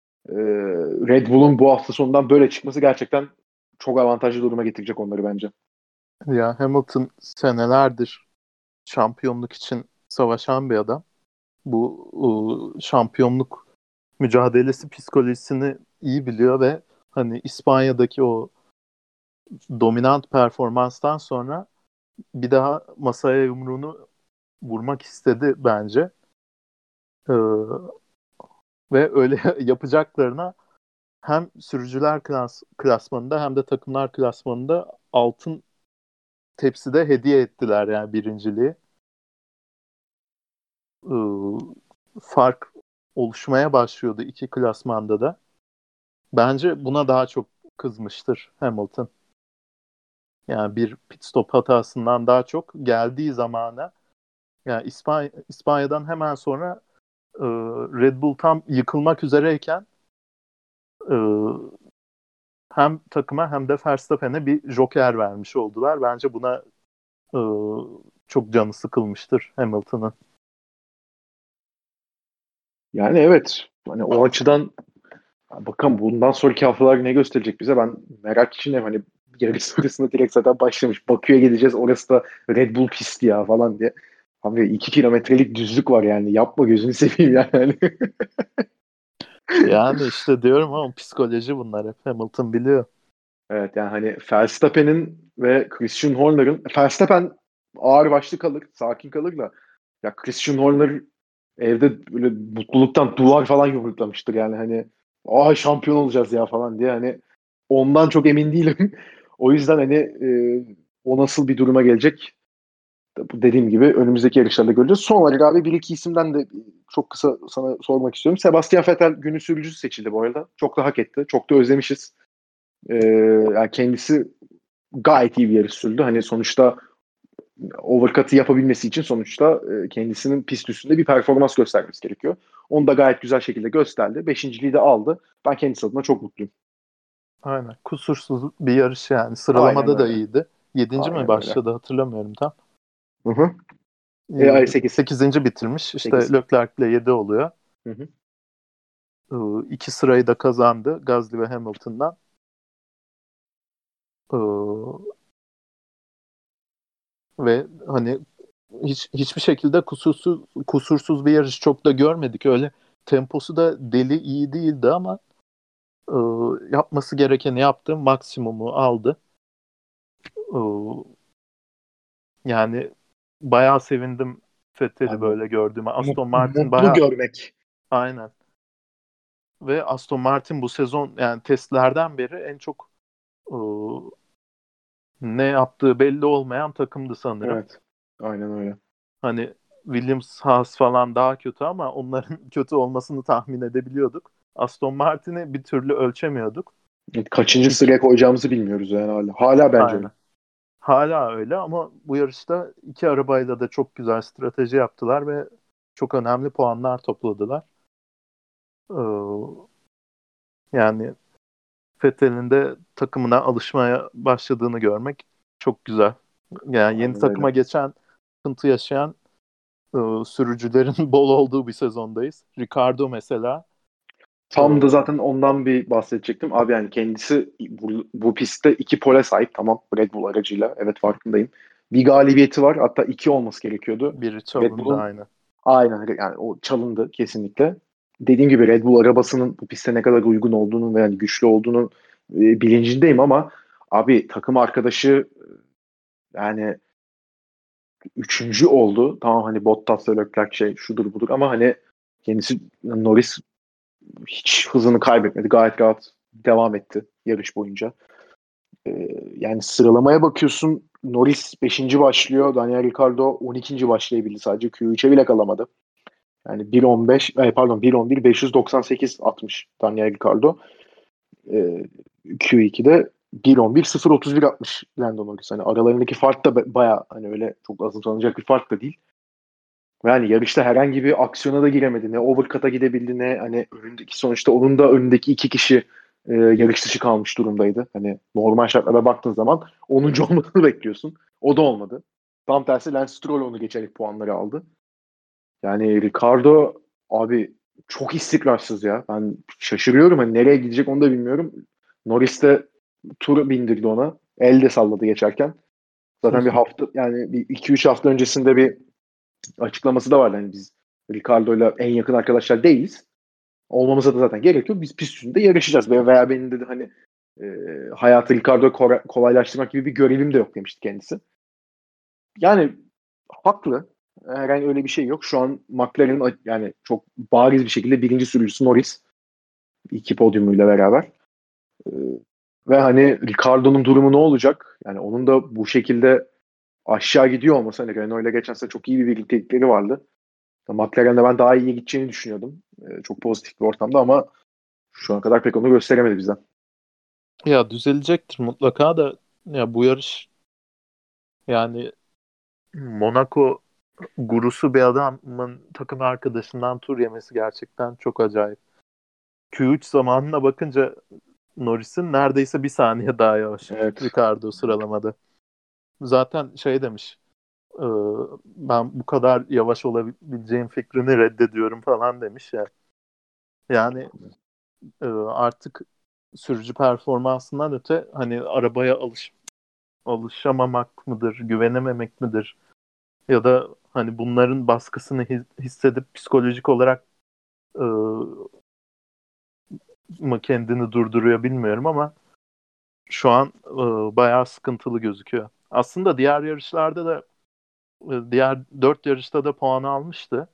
Red Bull'un bu hafta sonundan böyle çıkması gerçekten çok avantajlı duruma getirecek onları bence. Ya Hamilton senelerdir şampiyonluk için savaşan bir adam. Bu şampiyonluk mücadelesi psikolojisini iyi biliyor ve hani İspanya'daki o dominant performanstan sonra bir daha masaya yumruğunu vurmak istedi bence. Ee, Ve öyle yapacaklarına hem sürücüler klasmanında hem de takımlar klasmanında altın tepside hediye ettiler yani birinciliği. Ee, Fark oluşmaya başlıyordu iki klasmanda da. Bence buna daha çok kızmıştır Hamilton. Yani bir pit stop hatasından daha çok geldiği zamana yani İspanya'dan hemen sonra Red Bull tam yıkılmak üzereyken e, hem takıma hem de Verstappen'e bir joker vermiş oldular. Bence buna e, çok canı sıkılmıştır Hamilton'ın. Yani evet hani o açıdan Bakalım bundan sonraki haftalar ne gösterecek bize, ben merak içindeyim. Hani yarış sırasında direkt zaten başlamış. Bakü'ye gideceğiz, orası da Red Bull pisti ya falan diye. Abi 2 kilometrelik düzlük var yani, yapma gözünü seveyim yani. Yani işte diyorum ama psikoloji bunlar hep. Hamilton biliyor. Evet yani hani Verstappen'in ve Christian Horner'ın, Verstappen ağır başlı kalır, sakin kalır da ya Christian Horner evde böyle mutluluktan duvar falan yumruklamıştır yani, hani şampiyon olacağız ya falan diye, hani ondan çok emin değilim. O yüzden hani o nasıl bir duruma gelecek, dediğim gibi önümüzdeki yarışlarda göreceğiz. Son olarak abi bir iki isimden de çok kısa sana sormak istiyorum. Sebastian Vettel günün sürücüsü seçildi bu arada. Çok da hak etti. Çok da özlemişiz. Yani kendisi gayet iyi bir yarış sürdü. Hani sonuçta overcut'ı yapabilmesi için sonuçta kendisinin pist üstünde bir performans göstermesi gerekiyor. Onu da gayet güzel şekilde gösterdi. Beşinciliği de aldı. Ben kendisi adına çok mutluyum. Aynen. Kusursuz bir yarış yani. Aynen Sıralamada da öyle. iyiydi. 7. mi Aynen öyle. başladı hatırlamıyorum tam. Hı hı. Ay 8. 8. bitirmiş. İşte 8. Leclerc'le 7 oluyor. Hı hı. 2 sırayı da kazandı Gasly ve Hamilton'dan. Ee, Ve hani hiçbir şekilde kusursuz bir yarış çok da görmedik. Öyle temposu da deli iyi değildi ama e, yapması gerekeni yaptı. Maksimumu aldı. Yani bayağı sevindim Vettel'i Abi, böyle gördüğüme. Aston Martin mutlu bayağı görmek. aynen. Ve Aston Martin bu sezon yani testlerden beri en çok e, ne yaptığı belli olmayan takımdı sanırım. Evet. Aynen öyle. Hani Williams, Haas falan daha kötü ama onların kötü olmasını tahmin edebiliyorduk. Aston Martin'i bir türlü ölçemiyorduk. Kaçıncı İlk, sıraya koyacağımızı bilmiyoruz yani hala. Hala bence öyle. aynen. Hala öyle ama bu yarışta iki arabayla da çok güzel strateji yaptılar ve çok önemli puanlar topladılar. Ee, Yani Vettel'in de takımına alışmaya başladığını görmek çok güzel. Yani yeni Aynen öyle. takıma geçen, sıkıntı yaşayan sürücülerin bol olduğu bir sezondayız. Ricardo mesela. e, Tam da zaten ondan bir bahsedecektim. Abi yani kendisi bu pistte 2 pole sahip. Tamam, Red Bull aracıyla. Evet, farkındayım. Bir galibiyeti var. Hatta 2 olması gerekiyordu. Biri Red çalındı Bull'un aynı. aynen yani o çalındı kesinlikle. Dediğim gibi Red Bull arabasının bu piste ne kadar uygun olduğunu ve yani güçlü olduğunu bilincindeyim ama abi takım arkadaşı yani üçüncü oldu. Tamam hani Bottas ve Leclerc şey şudur budur ama hani kendisi Norris hiç hızını kaybetmedi. Gayet rahat devam etti yarış boyunca. Yani sıralamaya bakıyorsun, Norris beşinci başlıyor. Daniel Ricciardo 12. başlayabildi sadece. Q3'e bile kalamadı. Yani 1.15 pardon 1.11 598 atmış Daniel Ricciardo. Ee, Q2'de 1.11 0.31 atmış Lando Norris. Hani aralarındaki fark da baya hani öyle çok azımsanacak bir fark da değil. Yani yarışta herhangi bir aksiyona da giremedi. Ne overcut'a gidebildi ne hani önündeki, sonuçta onun da önündeki 2 kişi yarış dışı kalmış durumdaydı. Hani normal şartlara baktığın zaman 10. olmasını bekliyorsun. O da olmadı. Tam tersi Lance Stroll onu geçerek puanları aldı. Yani Ricardo abi çok istikrarsız ya. Ben şaşırıyorum. Hani nereye gidecek onu da bilmiyorum. Norris de tur bindirdi ona. El de salladı geçerken. Zaten bir hafta yani bir 2-3 hafta öncesinde bir açıklaması da vardı. Hani biz Ricardo'yla en yakın arkadaşlar değiliz. Olmamıza da zaten gerek yok. Biz pist üstünde yarışacağız. Veya benim dedi hani hayatı Ricardo'ya kolaylaştırmak gibi bir görevim de yok demişti kendisi. Yani haklı. Herhangi öyle bir şey yok. Şu an McLaren'ın yani çok bariz bir şekilde birinci sürücüsü Norris. 2 podyumuyla beraber. E, Ve hani Ricardo'nun durumu ne olacak? Yani onun da bu şekilde aşağı gidiyor olması. Hani Renault ile geçen sene çok iyi bir birliktelikleri vardı. McLaren'de ben daha iyi gideceğini düşünüyordum. Çok pozitif bir ortamda ama şu ana kadar pek onu gösteremedi bizden. Ya düzelecektir mutlaka da ya bu yarış yani Monaco gurusu bir adamın takım arkadaşından tur yemesi gerçekten çok acayip. Q3 zamanına bakınca Norris'in neredeyse bir saniye daha yavaş Evet. Ricardo sıralamada. Zaten şey demiş, e, ben bu kadar yavaş olabileceğim fikrini reddediyorum falan demiş ya. Yani artık sürücü performansından öte hani arabaya alışamamak mıdır, güvenememek midir? Ya da hani bunların baskısını hissedip psikolojik olarak e, mı kendini durduruyor bilmiyorum ama şu an bayağı sıkıntılı gözüküyor. Aslında diğer yarışlarda da diğer 4 yarışta da puan almıştı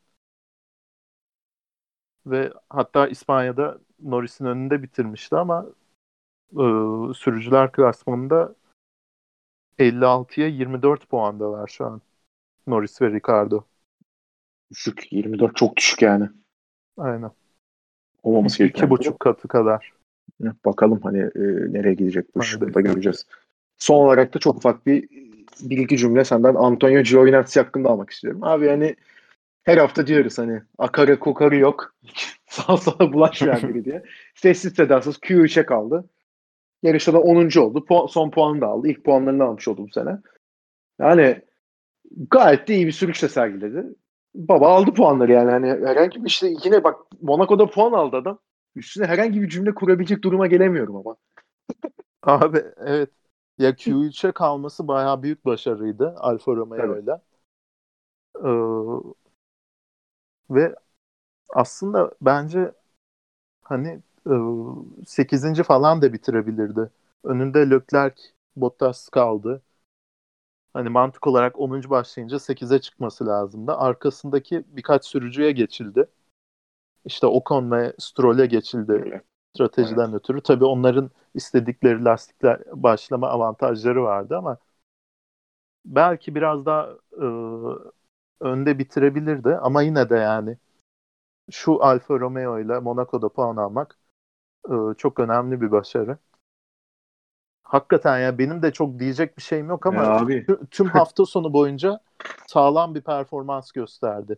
ve hatta İspanya'da Norris'in önünde bitirmişti ama sürücüler klasmanında 56'ya 24 puandalar şu an Norris ve Ricardo. Düşük. 24 çok düşük yani. Aynen. Olmaması İki gereken bir buçuk durum. katı kadar Bakalım hani nereye gidecek bu iş. Bunu da neredeyse. göreceğiz. Son olarak da çok ufak bir iki cümle senden Antonio Giovinazzi hakkında almak istiyorum. Abi hani her hafta diyoruz hani akarı kokarı yok. Sağ sola bulaşmayan biri diye. Sessiz sedasız Q3'e kaldı. Yarışta da 10. oldu. Son puanını da aldı. İlk puanlarını almış oldu bu sene. Yani gayet de iyi bir sürüş de sergiledi. Baba aldı puanları yani. Hani herhangi bir işte yine bak Monaco'da puan aldı adam. Üstüne herhangi bir cümle kurabilecek duruma gelemiyorum ama. Abi evet. Ya Q3'e kalması bayağı büyük başarıydı Alfa Tabii. Romeo'yla. Ee, ve aslında bence hani 8. falan da bitirebilirdi. Önünde Leclerc, Bottas kaldı. Hani mantık olarak 10. başlayınca 8'e çıkması lazımdı. Arkasındaki birkaç sürücüye geçildi. İşte Ocon ve Stroll'e geçildi Öyle. Evet. stratejiden ötürü. Tabii onların istedikleri lastikler başlama avantajları vardı ama belki biraz daha önde bitirebilirdi ama yine de yani şu Alfa Romeo ile Monaco'da puan almak çok önemli bir başarı. Hakikaten ya benim de çok diyecek bir şeyim yok Ya ama abi. tüm hafta sonu boyunca sağlam bir performans gösterdi.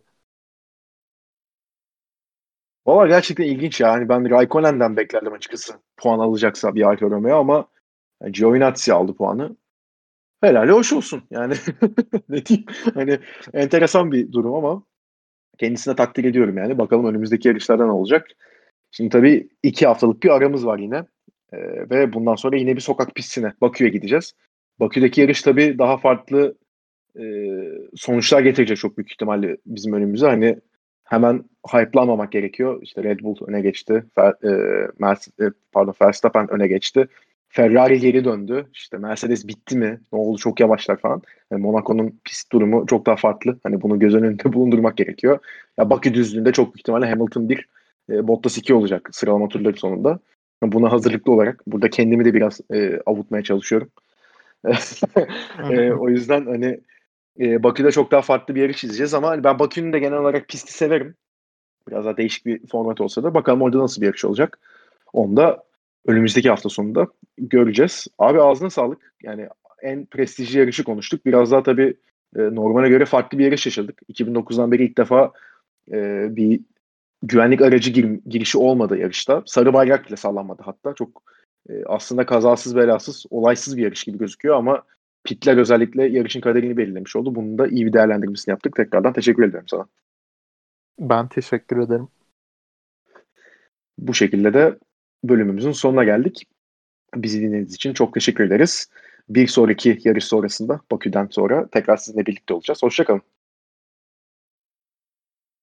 Valla gerçekten ilginç ya. Hani ben Raikkonen'den beklerdim açıkçası. Puan alacaksa bir Alfa Romeo ama yani Giovinazzi aldı puanı. Helal hoş olsun. Yani ne diyeyim? Hani enteresan bir durum ama kendisine takdir ediyorum yani. Bakalım önümüzdeki yarışlarda ne olacak? Şimdi tabii 2 haftalık bir aramız var yine. Ve bundan sonra yine bir sokak pistine Bakü'ye gideceğiz. Bakü'deki yarış tabii daha farklı e, sonuçlar getirecek çok büyük ihtimalle bizim önümüze. Hani hemen hype'lanmamak gerekiyor. İşte Red Bull öne geçti. Verstappen öne geçti. Ferrari geri döndü. İşte Mercedes bitti mi? Ne oldu? Çok yavaşlar falan. Yani Monaco'nun pist durumu çok daha farklı. Hani bunu göz önünde bulundurmak gerekiyor. Ya Bakü düzlüğünde çok büyük ihtimalle Hamilton 1, Bottas 2 olacak sıralama turları sonunda. Buna hazırlıklı olarak burada kendimi de biraz avutmaya çalışıyorum. O yüzden hani Bakü'de çok daha farklı bir yarış izleyeceğiz ama hani ben Bakü'nün de genel olarak pisti severim. Biraz daha değişik bir format olsa da bakalım orada nasıl bir yarış olacak. Onu da önümüzdeki hafta sonunda göreceğiz. Abi ağzına sağlık. Yani en prestijli yarışı konuştuk. Biraz daha tabii normale göre farklı bir yarış yaşadık. 2009'dan beri ilk defa bir güvenlik aracı girişi olmadı yarışta. Sarı bayrak bile sallanmadı hatta. Çok aslında kazasız belasız, olaysız bir yarış gibi gözüküyor ama pitler özellikle yarışın kaderini belirlemiş oldu. Bunun da iyi bir değerlendirmesini yaptık. Tekrardan teşekkür ederim sana. Ben teşekkür ederim. Bu şekilde de bölümümüzün sonuna geldik. Bizi dinlediğiniz için çok teşekkür ederiz. Bir sonraki yarış sonrasında Bakü'den sonra tekrar sizinle birlikte olacağız. Hoşçakalın.